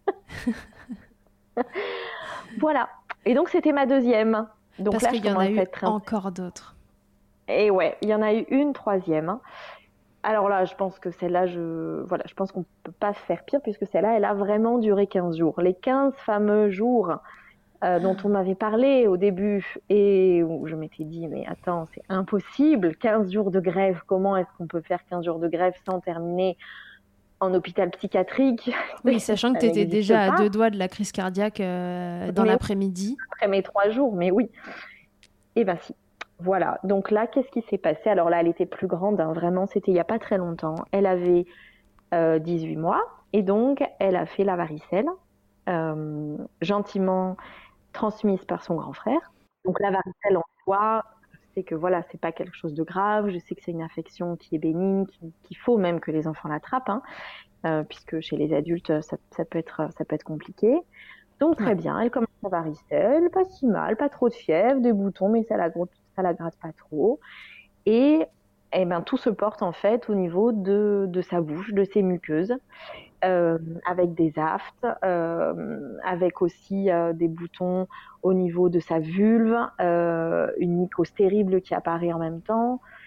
Voilà. Et donc, c'était ma 2e. Donc, parce qu'il y en a eu encore d'autres. Et ouais, il y en a eu une 3e. Alors là, je pense que celle-là, je pense qu'on ne peut pas faire pire puisque celle-là, elle a vraiment duré 15 jours. Les 15 fameux jours dont on m'avait parlé au début et où je m'étais dit, mais attends, c'est impossible, 15 jours de grève, comment est-ce qu'on peut faire 15 jours de grève sans terminer en hôpital psychiatrique? Oui, sachant que tu étais déjà à 2 doigts de la crise cardiaque dans l'après-midi. Après mes 3 jours, mais oui. Eh bien si. Voilà, donc là, qu'est-ce qui s'est passé? Alors là, elle était plus grande, hein, vraiment, c'était il n'y a pas très longtemps. Elle avait 18 mois et donc elle a fait la varicelle, gentiment transmise par son grand frère. Donc la varicelle en soi, je sais que c'est pas quelque chose de grave, je sais que c'est une infection qui est bénigne, qu'il faut même que les enfants l'attrapent, hein, puisque chez les adultes, ça peut être compliqué. Donc très bien, elle commence la varicelle, pas si mal, pas trop de fièvre, des boutons, mais ça la gratte pas trop. Et tout se porte en fait au niveau de sa bouche, de ses muqueuses, avec des aftes, avec aussi des boutons au niveau de sa vulve, une mycose terrible qui apparaît en même temps.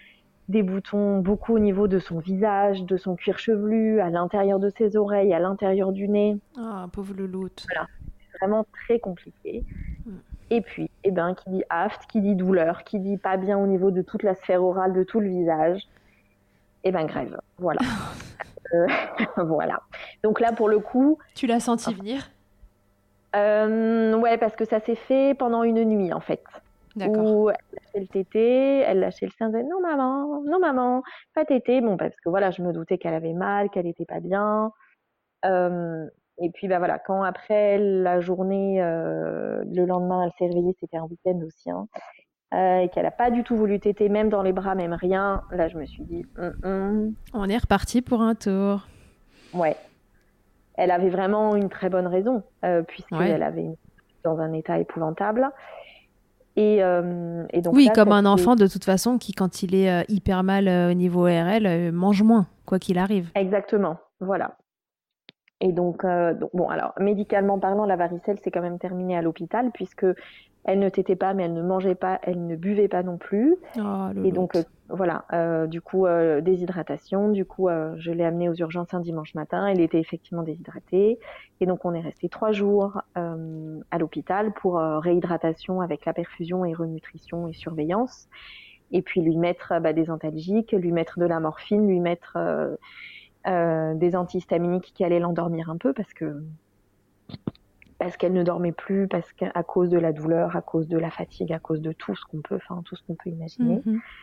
des boutons beaucoup au niveau de son visage, de son cuir chevelu, à l'intérieur de ses oreilles, à l'intérieur du nez. Ah, pauvre louloute. Voilà, c'est vraiment très compliqué. Et puis, qui dit aft, qui dit douleur, qui dit pas bien au niveau de toute la sphère orale, de tout le visage, grève. Voilà. Voilà. Donc là, pour le coup... Tu l'as senti venir? Ouais, parce que ça s'est fait pendant une nuit, en fait. D'accord. Où elle lâchait le tété, elle lâchait le sein, elle disait non maman, pas tété. Bon, parce que voilà, je me doutais qu'elle avait mal, qu'elle était pas bien. Et puis voilà, quand après la journée, le lendemain, elle s'est réveillée, c'était un week-end aussi, hein, et qu'elle a pas du tout voulu téter, même dans les bras, même rien. Là, je me suis dit, On est reparti pour un tour. Ouais. Elle avait vraiment une très bonne raison, puisqu'elle avait dans un état épouvantable. Et donc oui, là, comme un enfant, de toute façon, qui, quand il est hyper mal au niveau ORL, mange moins, quoi qu'il arrive. Exactement, voilà. Et donc bon, alors, médicalement parlant, la varicelle, c'est quand même terminé à l'hôpital, puisque elle ne tétait pas, mais elle ne mangeait pas, elle ne buvait pas non plus. Et donc, voilà, du coup, déshydratation. Du coup, je l'ai amenée aux urgences un dimanche matin. Elle était effectivement déshydratée. Et donc, on est resté 3 jours à l'hôpital pour réhydratation avec la perfusion et renutrition et surveillance. Et puis, lui mettre des antalgiques, lui mettre de la morphine, lui mettre des antihistaminiques qui allaient l'endormir un peu parce qu'elle ne dormait plus, parce qu'à cause de la douleur, à cause de la fatigue, à cause de tout ce qu'on peut imaginer.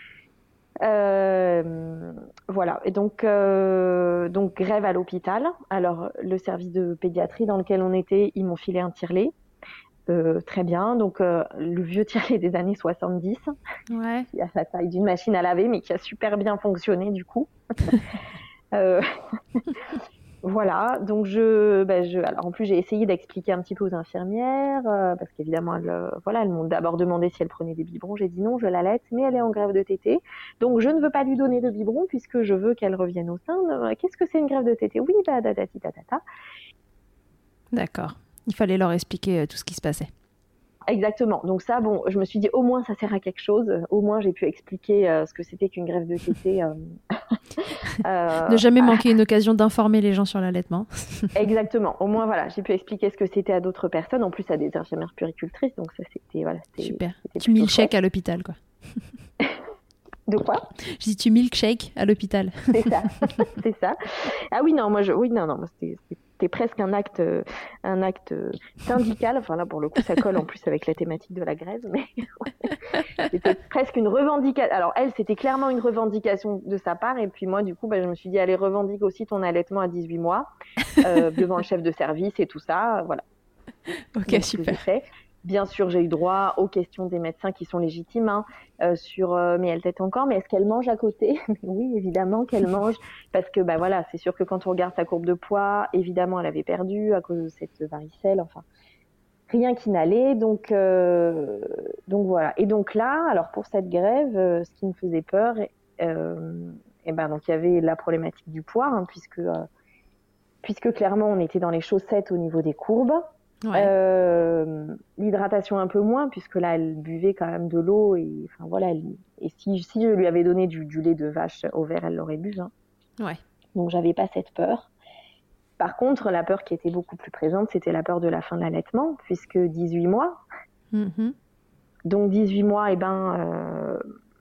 Voilà. Et donc grève à l'hôpital. Alors le service de pédiatrie dans lequel on était, ils m'ont filé un tire-lait. Très bien. Donc le vieux tire-lait des années 70, qui a la taille d'une machine à laver, mais qui a super bien fonctionné du coup. Voilà, donc alors en plus j'ai essayé d'expliquer un petit peu aux infirmières, parce qu'évidemment elles m'ont d'abord demandé si elle prenait des biberons, j'ai dit non, je l'allaite, mais elle est en grève de tétée, donc je ne veux pas lui donner de biberon puisque je veux qu'elle revienne au sein. Qu'est-ce que c'est une grève de tétée? Oui, tatati tatata. D'accord, il fallait leur expliquer tout ce qui se passait. Exactement. Donc ça, bon, je me suis dit au moins ça sert à quelque chose. Au moins j'ai pu expliquer ce que c'était qu'une grève de tétée. Ne jamais manquer une occasion d'informer les gens sur l'allaitement. Exactement. Au moins voilà, j'ai pu expliquer ce que c'était à d'autres personnes, en plus à des infirmières puéricultrices. Donc ça c'était super. Tu milkshake à l'hôpital quoi. De quoi? Je dis tu milkshake à l'hôpital. C'est ça, c'est ça. Ah oui non, c'était presque un acte syndical. Enfin là pour le coup ça colle en plus avec la thématique de la grève, mais c'était presque une revendication. Alors elle c'était clairement une revendication de sa part, et puis moi du coup je me suis dit allez, revendique aussi ton allaitement à 18 mois devant le chef de service et tout ça, voilà. Ok, donc, super. Bien sûr, j'ai eu droit aux questions des médecins qui sont légitimes, hein, mais elle tète encore, mais est-ce qu'elle mange à côté? Oui, évidemment qu'elle mange, parce que voilà, c'est sûr que quand on regarde sa courbe de poids, évidemment, elle avait perdu à cause de cette varicelle, enfin, rien qui n'allait, donc voilà. Et donc là, alors pour cette grève, ce qui me faisait peur, donc il y avait la problématique du poids, hein, puisque clairement on était dans les chaussettes au niveau des courbes. L'hydratation un peu moins, puisque là elle buvait quand même de l'eau, et enfin voilà, et si je lui avais donné du lait de vache au verre, elle l'aurait bu, hein. Donc j'avais pas cette peur. Par contre, la peur qui était beaucoup plus présente, c'était la peur de la fin de l'allaitement, puisque 18 mois. Donc 18 mois, à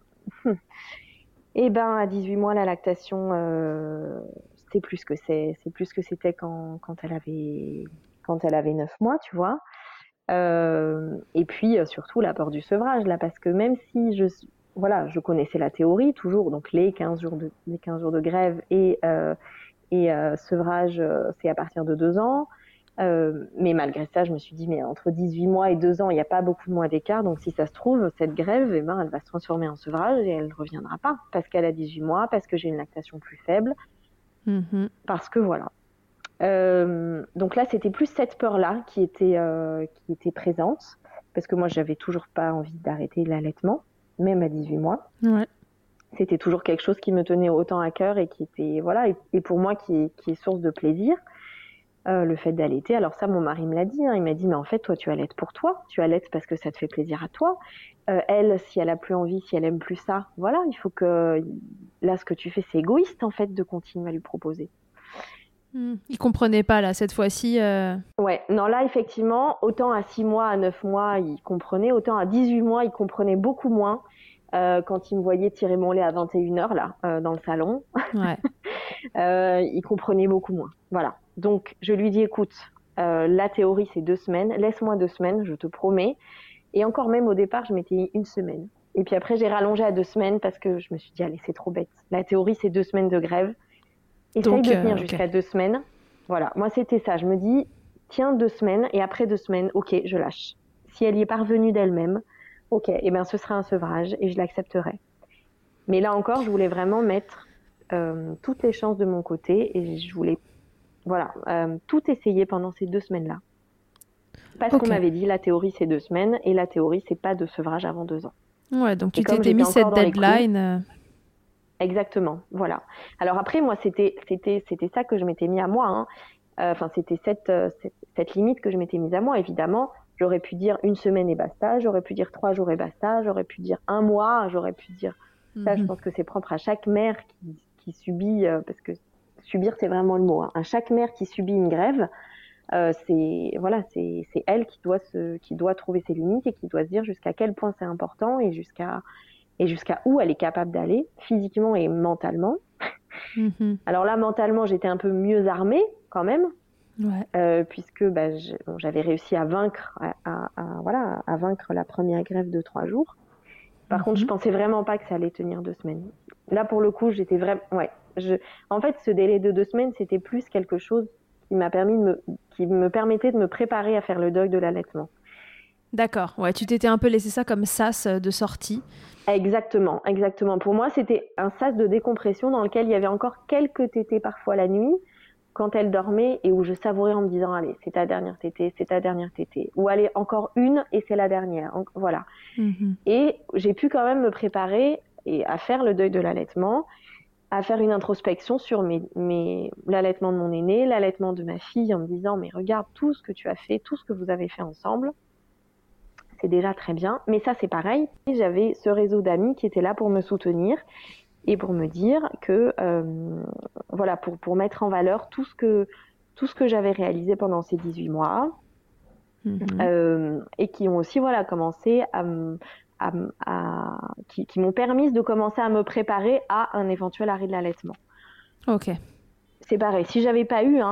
18 mois, la lactation, c'est plus que c'était quand elle avait 9 mois, tu vois. Et puis surtout la peur du sevrage, là, parce que même si je connaissais la théorie toujours, donc les 15 jours de grève et sevrage, c'est à partir de 2 ans. Mais malgré ça, je me suis dit, mais entre 18 mois et 2 ans, il n'y a pas beaucoup de mois d'écart. Donc, si ça se trouve, cette grève, elle va se transformer en sevrage et elle ne reviendra pas parce qu'elle a 18 mois, parce que j'ai une lactation plus faible, parce que voilà. Donc là, c'était plus cette peur-là qui était présente, parce que moi, j'avais toujours pas envie d'arrêter l'allaitement, même à 18 mois. C'était toujours quelque chose qui me tenait autant à cœur et qui était, voilà, et pour moi, qui est source de plaisir. le fait d'allaiter. Alors ça, mon mari me l'a dit, hein, il m'a dit, mais en fait, toi, tu allaites pour toi, tu allaites parce que ça te fait plaisir à toi. Elle, si elle a plus envie, si elle aime plus ça, voilà, il faut que... Là, ce que tu fais, c'est égoïste, en fait, de continuer à lui proposer. Il comprenait pas, là, cette fois-ci. Ouais, non, là, effectivement, autant à 6 mois, à 9 mois, il comprenait, autant à 18 mois, il comprenait beaucoup moins. Quand il me voyait tirer mon lait à 21h, là, dans le salon, Ouais. il comprenait beaucoup moins. Voilà. Donc, je lui dis, écoute, la théorie, c'est 2 semaines. Laisse-moi 2 semaines, je te promets. Et encore même, au départ, je m'étais mis 1 semaine. Et puis après, j'ai rallongé à 2 semaines parce que je me suis dit, allez, c'est trop bête. La théorie, c'est 2 semaines de grève. Essaye de tenir jusqu'à 2 semaines. Voilà. Moi, c'était ça. Je me dis, tiens 2 semaines et après 2 semaines, ok, je lâche. Si elle y est parvenue d'elle-même, ok, et ben ce sera un sevrage et je l'accepterai. Mais là encore, je voulais vraiment mettre toutes les chances de mon côté et je voulais, voilà, tout essayer pendant ces 2 semaines-là. Parce qu'on m'avait dit, la théorie c'est 2 semaines et la théorie c'est pas de sevrage avant 2 ans. Ouais, donc tu t'étais mis cette deadline. Exactement, voilà. Alors après, moi, c'était ça que je m'étais mis à moi. Hein. Enfin, c'était cette limite que je m'étais mise à moi. Évidemment, j'aurais pu dire 1 semaine et basta, j'aurais pu dire 3 jours et basta, j'aurais pu dire 1 mois, j'aurais pu dire... Ça, je pense que c'est propre à chaque mère qui subit, parce que subir, c'est vraiment le mot. Hein. À chaque mère qui subit une grève, c'est elle qui doit trouver ses limites et qui doit se dire jusqu'à quel point c'est important et jusqu'à où elle est capable d'aller, physiquement et mentalement. Alors là, mentalement, j'étais un peu mieux armée quand même, puisque j'avais réussi à vaincre, à vaincre la première grève de 3 jours. Par contre, je pensais vraiment pas que ça allait tenir 2 semaines. Là, pour le coup, j'étais vraiment... En fait, ce délai de 2 semaines, c'était plus quelque chose qui me permettait de me préparer à faire le deuil de l'allaitement. D'accord, ouais, tu t'étais un peu laissé ça comme sas de sortie. Exactement. Pour moi, c'était un sas de décompression dans lequel il y avait encore quelques tétées parfois la nuit, quand elle dormait, et où je savourais en me disant, allez, c'est ta dernière tétée, ou allez, encore une, et c'est la dernière, voilà. Et j'ai pu quand même me préparer à faire le deuil de l'allaitement, à faire une introspection sur l'allaitement de mon aîné, l'allaitement de ma fille, en me disant, mais regarde tout ce que tu as fait, tout ce que vous avez fait ensemble, c'est déjà très bien. Mais ça, c'est pareil. J'avais ce réseau d'amis qui étaient là pour me soutenir et pour me dire que, voilà, pour mettre en valeur tout ce que j'avais réalisé pendant ces 18 mois et qui ont aussi, voilà, commencé qui m'ont permis de commencer à me préparer à un éventuel arrêt de l'allaitement. Ok. C'est pareil. Si j'avais pas eu,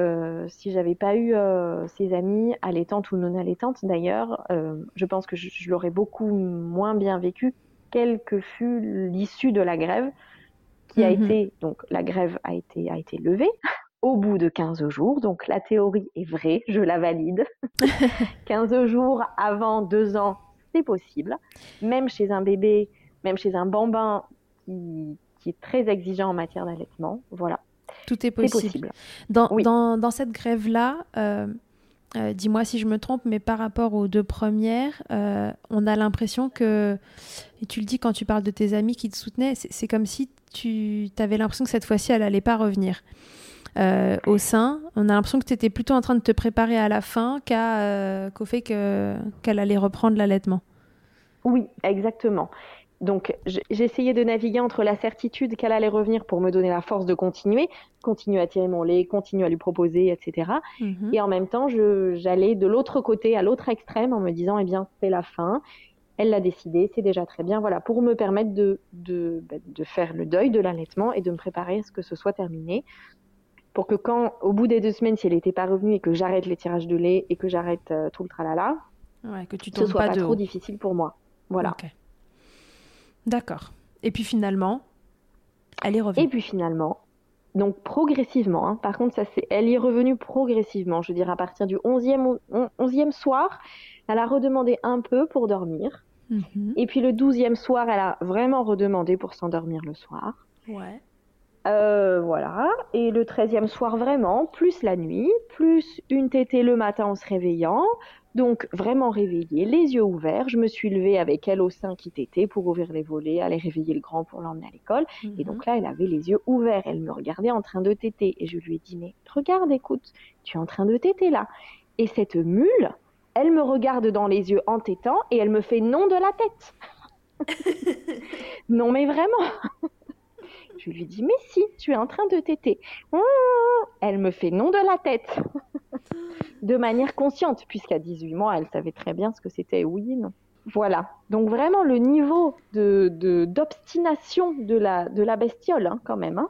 ces amies allaitantes ou non allaitantes, d'ailleurs, je pense que je l'aurais beaucoup moins bien vécu, quelle que fût l'issue de la grève, qui a été, donc la grève a été levée au bout de 15 jours. Donc la théorie est vraie, je la valide. 15 jours avant 2 ans, c'est possible. Même chez un bébé, même chez un bambin qui est très exigeant en matière d'allaitement, voilà. Tout est possible. Dans cette grève-là, dis-moi si je me trompe, mais par rapport aux 2 premières, on a l'impression que, et tu le dis quand tu parles de tes amis qui te soutenaient, c'est comme si tu avais l'impression que cette fois-ci, elle n'allait pas revenir. Au sein, on a l'impression que tu étais plutôt en train de te préparer à la fin qu'au fait qu'elle allait reprendre l'allaitement. Oui, exactement. Donc, j'essayais de naviguer entre la certitude qu'elle allait revenir pour me donner la force de continuer à tirer mon lait, continuer à lui proposer, etc. Et en même temps, j'allais de l'autre côté, à l'autre extrême, en me disant, eh bien, c'est la fin, elle l'a décidé, c'est déjà très bien, voilà, pour me permettre de faire le deuil de l'allaitement et de me préparer à ce que ce soit terminé, pour que au bout des 2 semaines, si elle n'était pas revenue et que j'arrête les tirages de lait et que j'arrête tout le tralala, que tu ce soit pas trop difficile pour moi. Voilà. Okay. D'accord. Et puis finalement, elle est revenue. Et puis finalement, donc progressivement, hein, par contre, elle y est revenue progressivement. Je veux dire, à partir du 11e soir, elle a redemandé un peu pour dormir. Et puis le 12e soir, elle a vraiment redemandé pour s'endormir le soir. Ouais. Voilà. Et le 13e soir, vraiment, plus la nuit, plus une tétée le matin en se réveillant, Donc, vraiment réveillée, les yeux ouverts. Je me suis levée avec elle au sein qui tétait pour ouvrir les volets, aller réveiller le grand pour l'emmener à l'école. Et donc là, elle avait les yeux ouverts. Elle me regardait en train de téter. Et je lui ai dit, mais regarde, écoute, tu es en train de téter là. Et cette mule, elle me regarde dans les yeux en tétant et elle me fait non de la tête. Non, mais vraiment. Je lui dis, mais si, tu es en train de téter. Elle me fait non de la tête. De manière consciente, puisqu'à 18 mois, elle savait très bien ce que c'était oui et non. Voilà. Donc vraiment le niveau d'obstination de la bestiole, hein, quand même. Hein.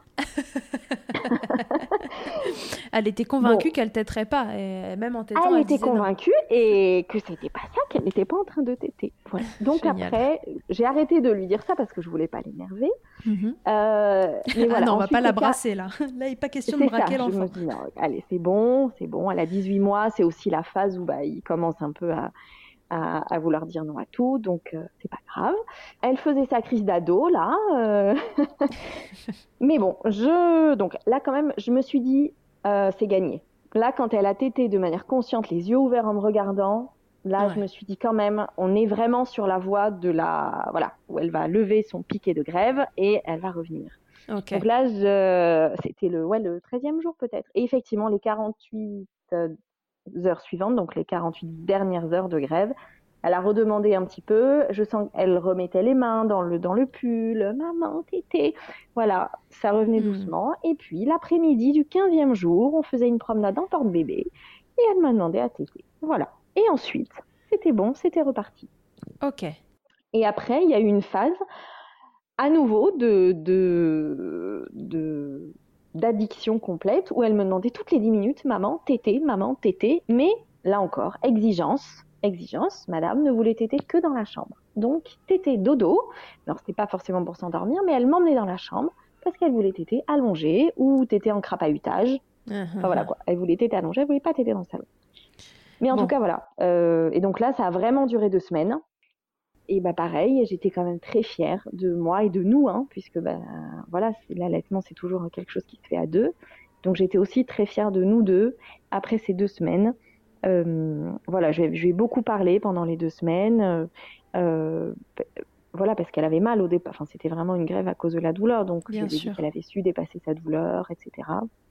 Elle était convaincue qu'elle téterait pas, et même en tétant, elle elle était disait convaincue et que c'était pas ça, qu'elle n'était pas en train de téter. Voilà. Donc Génial. après, j'ai arrêté de lui dire ça parce que je voulais pas l'énerver. Mais voilà. Ah non, on va Ensuite, pas la brasser là. Là, il n'est pas question de braquer l'enfant. Je me dis, non, allez, c'est bon. Elle a 18 mois, c'est aussi la phase où il commence un peu à vouloir dire non à tout, donc c'est pas grave. Elle faisait sa crise d'ado, là. Mais bon, donc là, quand même, je me suis dit, c'est gagné. Là, quand elle a tété de manière consciente, les yeux ouverts en me regardant, là, je me suis dit quand même, on est vraiment sur la voie de voilà, où elle va lever son piquet de grève et elle va revenir. Okay. Donc là, c'était le 13e jour peut-être. Et effectivement, les 48 heures suivantes, donc les 48 dernières heures de grève, elle a redemandé un petit peu. Je sens qu'elle remettait les mains dans le pull. Maman, tété. Voilà, ça revenait doucement. Et puis, l'après-midi du 15e jour, on faisait une promenade en porte-bébé. Et elle m'a demandé à téter. Voilà. Et ensuite, c'était bon, c'était reparti. Ok. Et après, il y a eu une phase à nouveau d'addiction complète où elle me demandait toutes les 10 minutes, maman, tété, mais là encore, exigence, madame ne voulait téter que dans la chambre. Donc, tété dodo, alors c'était pas forcément pour s'endormir, mais elle m'emmenait dans la chambre parce qu'elle voulait téter allongée ou téter en crapahutage. Enfin voilà quoi, elle voulait téter allongée, elle voulait pas téter dans le salon. Mais en tout cas, voilà. Et donc là, ça a vraiment duré 2 semaines. Et pareil, j'étais quand même très fière de moi et de nous, hein, puisque voilà, l'allaitement, c'est toujours quelque chose qui se fait à deux. Donc j'étais aussi très fière de nous deux après ces 2 semaines. Voilà, je lui ai beaucoup parlé pendant les 2 semaines. Voilà, parce qu'elle avait mal au départ. Enfin, c'était vraiment une grève à cause de la douleur. Donc je lui ai dit qu'elle avait su dépasser sa douleur, etc.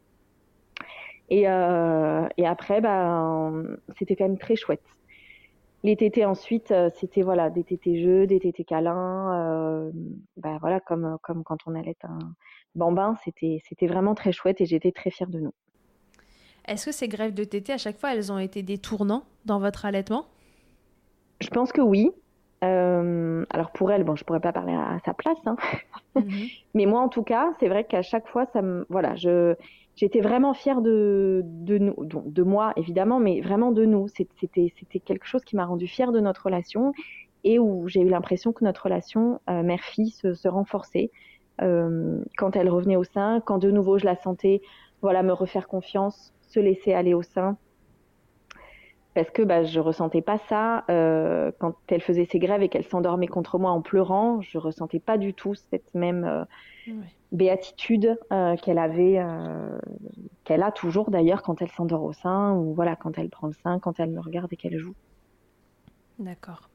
Et après, c'était quand même très chouette. Les tétés ensuite, c'était voilà, des tétés jeux, des tétés câlins, voilà, comme quand on allait un bambin, c'était vraiment très chouette et j'étais très fière de nous. Est-ce que ces grèves de tétés, à chaque fois, elles ont été des tournants dans votre allaitement ? Je pense que oui. Alors pour elle, bon, je pourrais pas parler à sa place, hein. Mais moi en tout cas, c'est vrai qu'à chaque fois, j'étais vraiment fière de nous, de moi évidemment, mais vraiment de nous. C'était quelque chose qui m'a rendue fière de notre relation et où j'ai eu l'impression que notre relation mère-fille se renforçait quand elle revenait au sein, quand de nouveau je la sentais, voilà, me refaire confiance, se laisser aller au sein. Parce que je ressentais pas ça quand elle faisait ses grèves et qu'elle s'endormait contre moi en pleurant. Je ressentais pas du tout cette même béatitude qu'elle avait, qu'elle a toujours d'ailleurs quand elle s'endort au sein ou voilà quand elle prend le sein, quand elle me regarde et qu'elle joue. D'accord.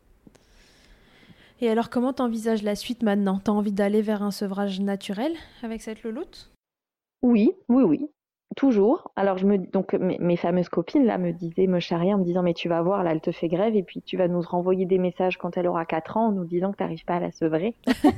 Et alors, comment t'envisages la suite maintenant ? T'as envie d'aller vers un sevrage naturel avec cette louloute ? Oui. Toujours. Alors, donc mes fameuses copines là me charriaient en me disant mais tu vas voir là, elle te fait grève et puis tu vas nous renvoyer des messages quand elle aura 4 ans en nous disant que tu n'arrives pas à la sevrer.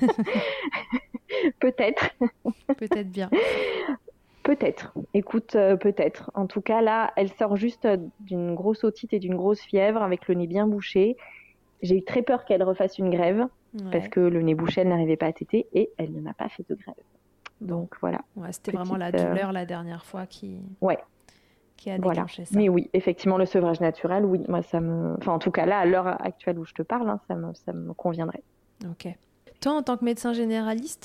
Peut-être. Peut-être bien. Peut-être. Écoute, peut-être. En tout cas, là, elle sort juste d'une grosse otite et d'une grosse fièvre avec le nez bien bouché. J'ai eu très peur qu'elle refasse une grève parce que le nez bouché, elle n'arrivait pas à téter et elle ne m'a pas fait de grève. Donc voilà. Ouais, c'était vraiment la douleur la dernière fois qui a déclenché ça. Mais oui, effectivement, le sevrage naturel, oui, moi enfin en tout cas là, à l'heure actuelle où je te parle, hein, ça me conviendrait. Ok. Toi, en tant que médecin généraliste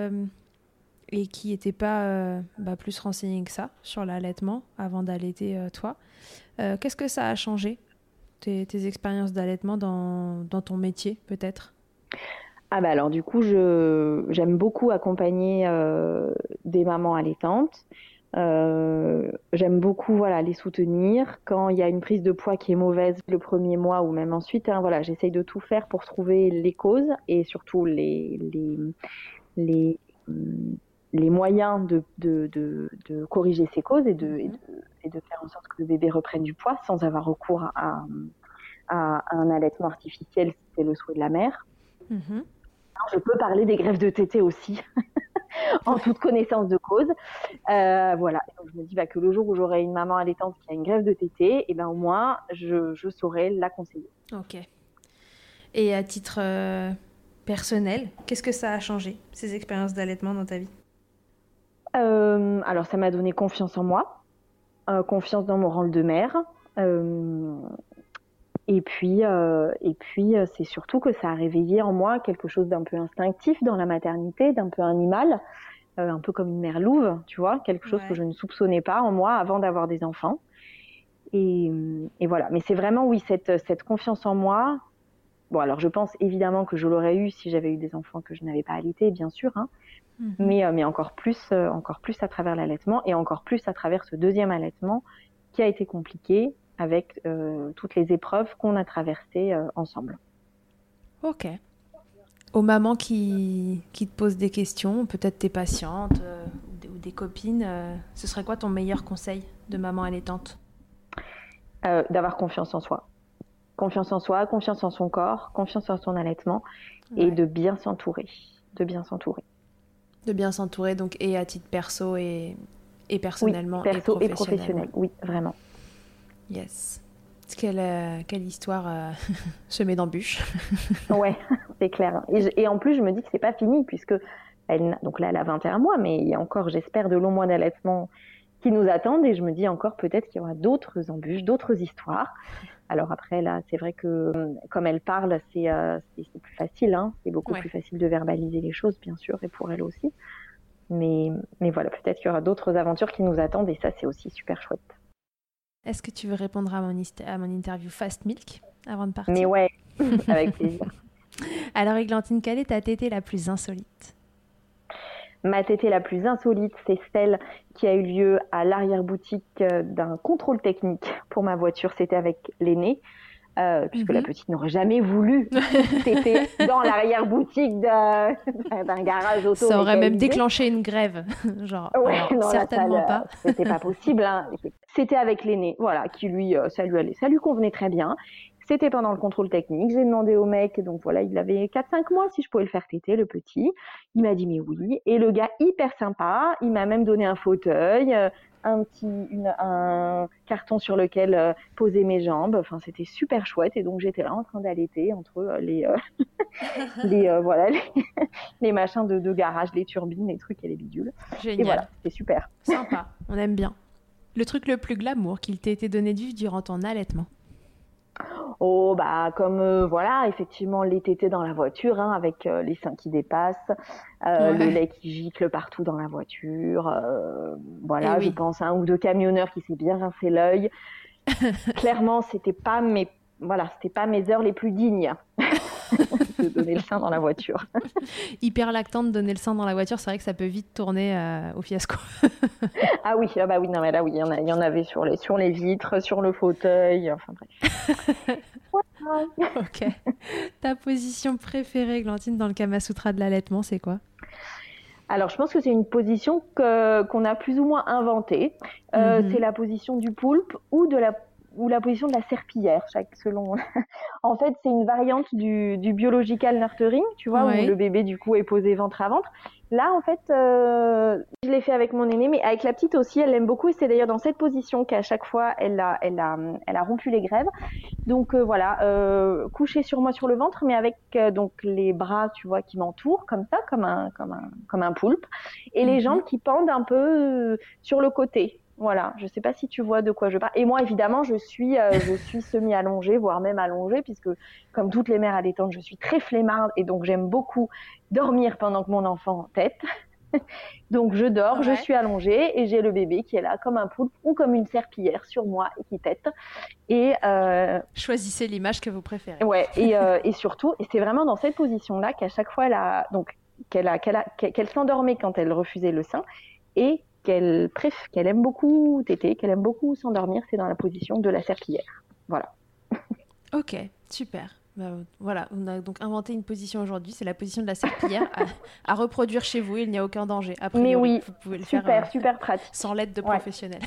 et qui n'était pas plus renseigné que ça sur l'allaitement avant d'allaiter toi, qu'est-ce que ça a changé tes expériences d'allaitement dans ton métier peut-être ? Alors du coup, j'aime beaucoup accompagner des mamans allaitantes. J'aime beaucoup voilà, les soutenir. Quand il y a une prise de poids qui est mauvaise le premier mois ou même ensuite, hein, voilà, j'essaye de tout faire pour trouver les causes et surtout les, hum, les moyens de corriger ces causes et de faire en sorte que le bébé reprenne du poids sans avoir recours à un allaitement artificiel si c'est le souhait de la mère. Mhm. Je peux parler des greffes de tétée aussi, en toute connaissance de cause. Voilà. Et donc, je me dis que le jour où j'aurai une maman allaitante qui a une greffe de tétée, et ben, au moins, je saurai la conseiller. Ok. Et à titre personnel, qu'est-ce que ça a changé, ces expériences d'allaitement dans ta vie? Alors, ça m'a donné confiance en moi, confiance dans mon rôle de mère. Et puis, c'est surtout que ça a réveillé en moi quelque chose d'un peu instinctif dans la maternité, d'un peu animal, un peu comme une mère louve, tu vois, quelque chose que je ne soupçonnais pas en moi avant d'avoir des enfants. Et voilà. Mais c'est vraiment, oui, cette confiance en moi. Bon, alors je pense évidemment que je l'aurais eu si j'avais eu des enfants que je n'avais pas allaités, bien sûr, hein. Mais encore plus à travers l'allaitement et encore plus à travers ce deuxième allaitement qui a été compliqué avec toutes les épreuves qu'on a traversées ensemble. Ok. Aux mamans qui te posent des questions, peut-être tes patientes ou des copines, ce serait quoi ton meilleur conseil de maman allaitante? D'avoir confiance en soi. Confiance en soi, confiance en son corps, confiance en son allaitement et de bien s'entourer. De bien s'entourer. De bien s'entourer, donc, et à titre perso et personnellement, oui, perso et professionnel. Oui, vraiment. Yes. Quelle histoire semée d'embûches. Ouais, c'est clair. Et en plus, je me dis que c'est pas fini, puisque donc là, elle a 21 mois, mais il y a encore, j'espère, de longs mois d'allaitement qui nous attendent. Et je me dis encore peut-être qu'il y aura d'autres embûches, d'autres histoires. Alors après, là, c'est vrai que comme elle parle, c'est plus facile. Hein. C'est beaucoup plus facile de verbaliser les choses, bien sûr, et pour elle aussi. Mais voilà, peut-être qu'il y aura d'autres aventures qui nous attendent, et ça, c'est aussi super chouette. Est-ce que tu veux répondre à mon interview Fast Milk avant de partir? Mais ouais, avec plaisir. Alors, Églantine, quelle est ta tétée la plus insolite? Ma tétée la plus insolite, c'est celle qui a eu lieu à l'arrière-boutique d'un contrôle technique pour ma voiture. C'était avec l'aînée, puisque la petite n'aurait jamais voulu téter dans l'arrière-boutique d'un garage auto. Ça aurait même déclenché une grève. Genre, ouais, non, certainement pas. C'était pas possible. Hein. C'était avec l'aîné, voilà, qui lui, ça lui convenait très bien. C'était pendant le contrôle technique. J'ai demandé au mec, donc voilà, il avait 4-5 mois, si je pouvais le faire téter, le petit. Il m'a dit mais oui. Et le gars, hyper sympa, il m'a même donné un fauteuil, un carton sur lequel poser mes jambes. Enfin, c'était super chouette. Et donc, j'étais là en train d'allaiter entre les machins de garage, les turbines, les trucs et les bidules. Génial. Et voilà, c'était super. Sympa, on aime bien. Le truc le plus glamour qu'il t'ait été donné de vivre durant ton allaitement? Oh, comme voilà, effectivement, les tétés dans la voiture, hein, avec les seins qui dépassent, le lait qui gicle partout dans la voiture. Voilà, je pense à un ou deux camionneurs qui s'est bien rincé l'œil. Clairement, c'était pas mes heures les plus dignes de donner le sein dans la voiture. Hyper lactante de donner le sein dans la voiture, c'est vrai que ça peut vite tourner au fiasco. Ah oui, non mais là oui, il y en avait sur les vitres, sur le fauteuil, enfin bref. Ok. Ta position préférée, Églantine, dans le Kama Sutra de l'allaitement, c'est quoi? Alors, je pense que c'est une position qu'on a plus ou moins inventée. C'est la position du poulpe ou la position de la serpillière, selon. En fait, c'est une variante du biological nurturing, tu vois, où le bébé du coup est posé ventre à ventre. Là, en fait, je l'ai fait avec mon aînée, mais avec la petite aussi, elle l'aime beaucoup. Et c'est d'ailleurs dans cette position qu'à chaque fois, elle a rompu les grèves. Donc voilà, couchée sur moi sur le ventre, mais avec donc les bras, tu vois, qui m'entourent comme ça, comme un poulpe, et les jambes qui pendent un peu sur le côté. Voilà, je sais pas si tu vois de quoi je parle. Et moi, évidemment, je suis semi-allongée, voire même allongée, puisque comme toutes les mères allaitantes, je suis très flemmarde et donc j'aime beaucoup dormir pendant que mon enfant tète. Donc je dors, je suis allongée et j'ai le bébé qui est là comme un poulpe ou comme une serpillière sur moi et qui tète. Et choisissez l'image que vous préférez. Ouais, et surtout, et c'est vraiment dans cette position-là qu'à chaque fois, qu'elle s'endormait quand elle refusait le sein et qu'elle aime beaucoup téter, qu'elle aime beaucoup s'endormir, c'est dans la position de la serpillière. Voilà. Ok, super. Voilà, on a donc inventé une position aujourd'hui, c'est la position de la serpillière à reproduire chez vous, il n'y a aucun danger. A priori, Mais oui, vous pouvez le super, faire super pratique. sans l'aide de professionnels.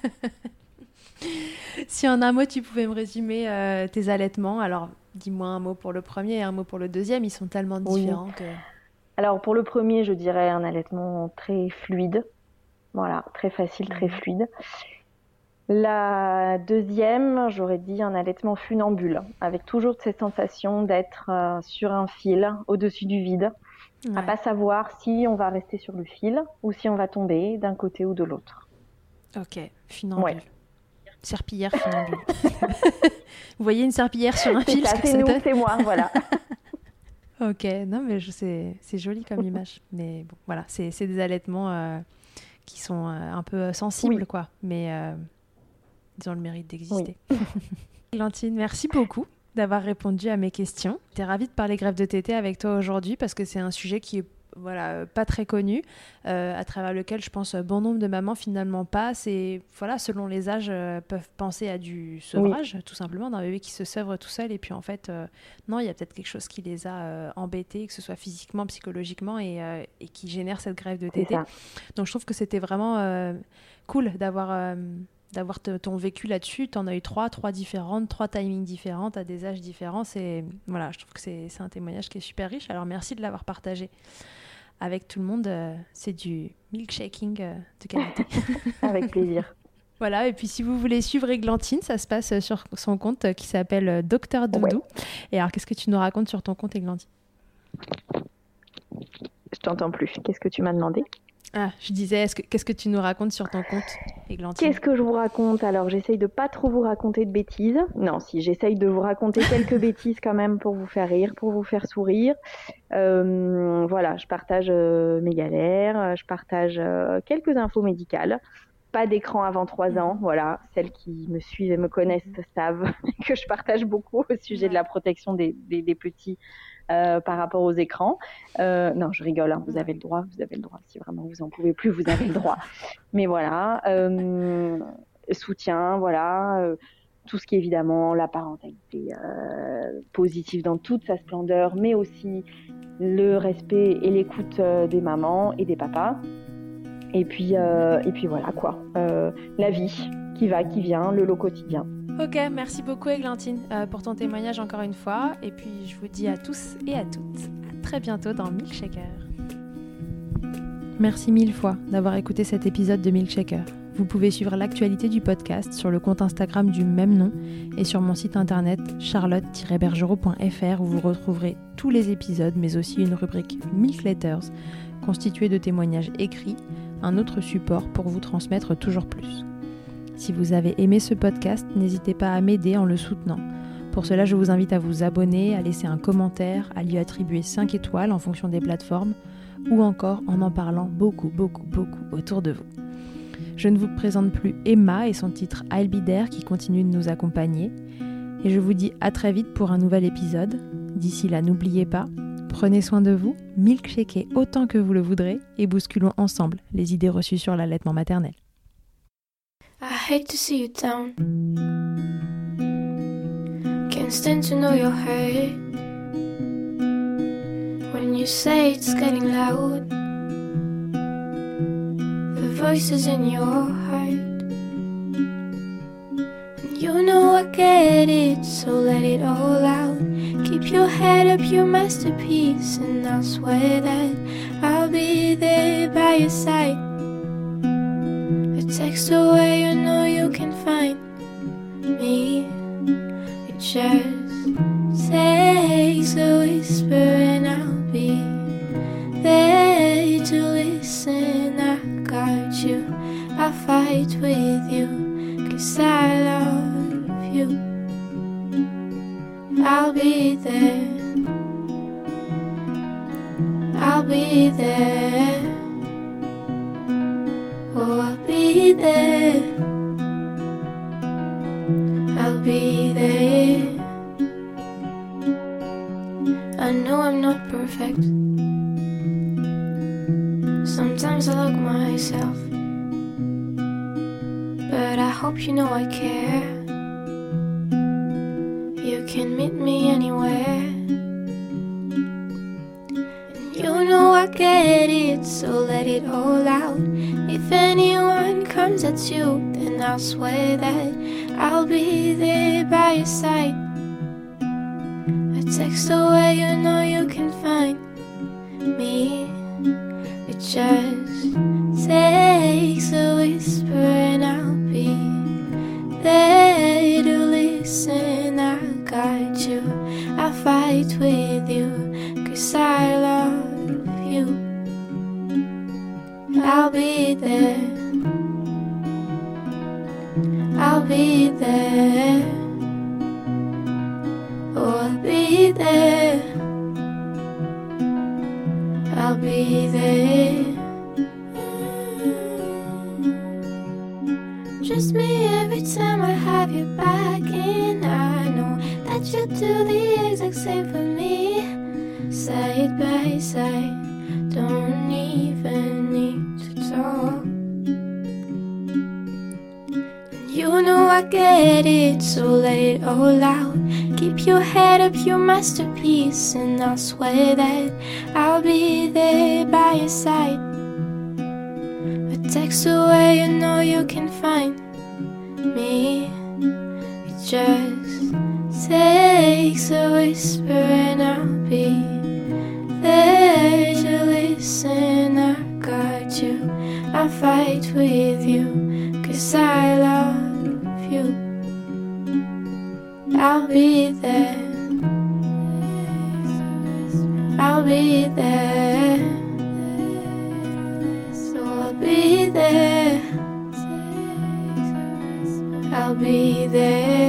Si en un mot, tu pouvais me résumer tes allaitements, alors dis-moi un mot pour le premier et un mot pour le deuxième, ils sont tellement différents que... Alors pour le premier, je dirais un allaitement très fluide, voilà, très facile, très fluide. La deuxième, j'aurais dit un allaitement funambule, avec toujours cette sensation d'être sur un fil au-dessus du vide, à pas savoir si on va rester sur le fil ou si on va tomber d'un côté ou de l'autre. Ok, funambule. Ouais. Serpillière funambule. Vous voyez une serpillière sur un fil, ça, c'est nous, c'est moi, voilà. Ok, non mais c'est joli comme image. Mais bon, voilà, c'est des allaitements qui sont un peu sensibles, quoi. Mais ils ont le mérite d'exister. Oui. Églantine, merci beaucoup d'avoir répondu à mes questions. J'étais ravie de parler greffe de tétée avec toi aujourd'hui parce que c'est un sujet qui est pas très connu, à travers lequel je pense bon nombre de mamans finalement passent et voilà, selon les âges peuvent penser à du sevrage, tout simplement, d'un bébé qui se sevre tout seul et puis en fait non, il y a peut-être quelque chose qui les a embêtés, que ce soit physiquement, psychologiquement et qui génère cette greffe de tétée. Donc je trouve que c'était vraiment cool d'avoir ton vécu là-dessus. Tu en as eu trois différentes, 3 timings différents, à des âges différents. Voilà, je trouve que c'est un témoignage qui est super riche. Alors, merci de l'avoir partagé avec tout le monde. C'est du milkshaking de qualité. Avec plaisir. Voilà, et puis si vous voulez suivre Églantine, ça se passe sur son compte qui s'appelle Dr Doudou. Ouais. Et alors, qu'est-ce que tu nous racontes sur ton compte, Églantine ? Je t'entends plus. Qu'est-ce que tu m'as demandé ? Ah, je disais, qu'est-ce que tu nous racontes sur ton compte, Églantine ? Qu'est-ce que je vous raconte ? Alors, j'essaye de pas trop vous raconter de bêtises. Non, si, j'essaye de vous raconter quelques bêtises quand même pour vous faire rire, pour vous faire sourire. Voilà, je partage mes galères, je partage quelques infos médicales. Pas d'écran avant 3 ans, voilà. Celles qui me suivent et me connaissent savent que je partage beaucoup au sujet de la protection des petits par rapport aux écrans. Non, je rigole, hein, vous avez le droit. Si vraiment vous en pouvez plus, vous avez le droit. Mais voilà, soutien, voilà. Tout ce qui est évidemment la parentalité positive dans toute sa splendeur, mais aussi le respect et l'écoute des mamans et des papas. Et puis voilà quoi, la vie qui va, qui vient, le lot quotidien. Ok, merci beaucoup Églantine pour ton témoignage encore une fois. Et puis je vous dis à tous et à toutes, à très bientôt dans Milkshaker. Merci 1000 fois d'avoir écouté cet épisode de Milkshaker. Vous pouvez suivre l'actualité du podcast sur le compte Instagram du même nom et sur mon site internet charlotte-bergerot.fr où vous retrouverez tous les épisodes mais aussi une rubrique Milk Letters constituée de témoignages écrits, un autre support pour vous transmettre toujours plus. Si vous avez aimé ce podcast, n'hésitez pas à m'aider en le soutenant. Pour cela, je vous invite à vous abonner, à laisser un commentaire, à lui attribuer 5 étoiles en fonction des plateformes ou encore en parlant beaucoup autour de vous. Je ne vous présente plus Emma et son titre I'll Be There qui continue de nous accompagner. Et je vous dis à très vite pour un nouvel épisode. D'ici là, n'oubliez pas, prenez soin de vous, milkshakez autant que vous le voudrez et bousculons ensemble les idées reçues sur l'allaitement maternel. I hate to see you down. Can't stand to know you're hurt. When you say it's getting loud, the voices in your heart. And you know I get it, so let it all out. Keep your head up, your masterpiece, and I'll swear that I'll be there by your side. Text away, you know you can find me. It just takes a whisper and I'll be there to listen. I got you, I'll fight with you, 'cause I love you. I'll be there, I'll be there. Oh, I'll be there, I'll be there. I know I'm not perfect. Sometimes I look myself but I hope you know I care. You can meet me anywhere. You know I get it, so let it all out. If anyone comes at you, then I'll swear that I'll be there by your side. A text away, you know you can find me. It just takes a whisper and I'll be there to listen. I'll guide you, I'll fight with you, 'cause I love you. I'll be there, I'll be there, oh I'll be there, I'll be there. Trust me every time I have you back, and I know that you do the exact same for me. Side by side, don't even need to talk. You know I get it, so let it all out. Keep your head up, your masterpiece, and I'll swear that I'll be there by your side. A text away, you know you can find me. It just takes a whisper and I'll be there to listen. I'll guide you, I'll fight with you, 'cause I love you. I'll be there, I'll be there, so I'll be there, I'll be there.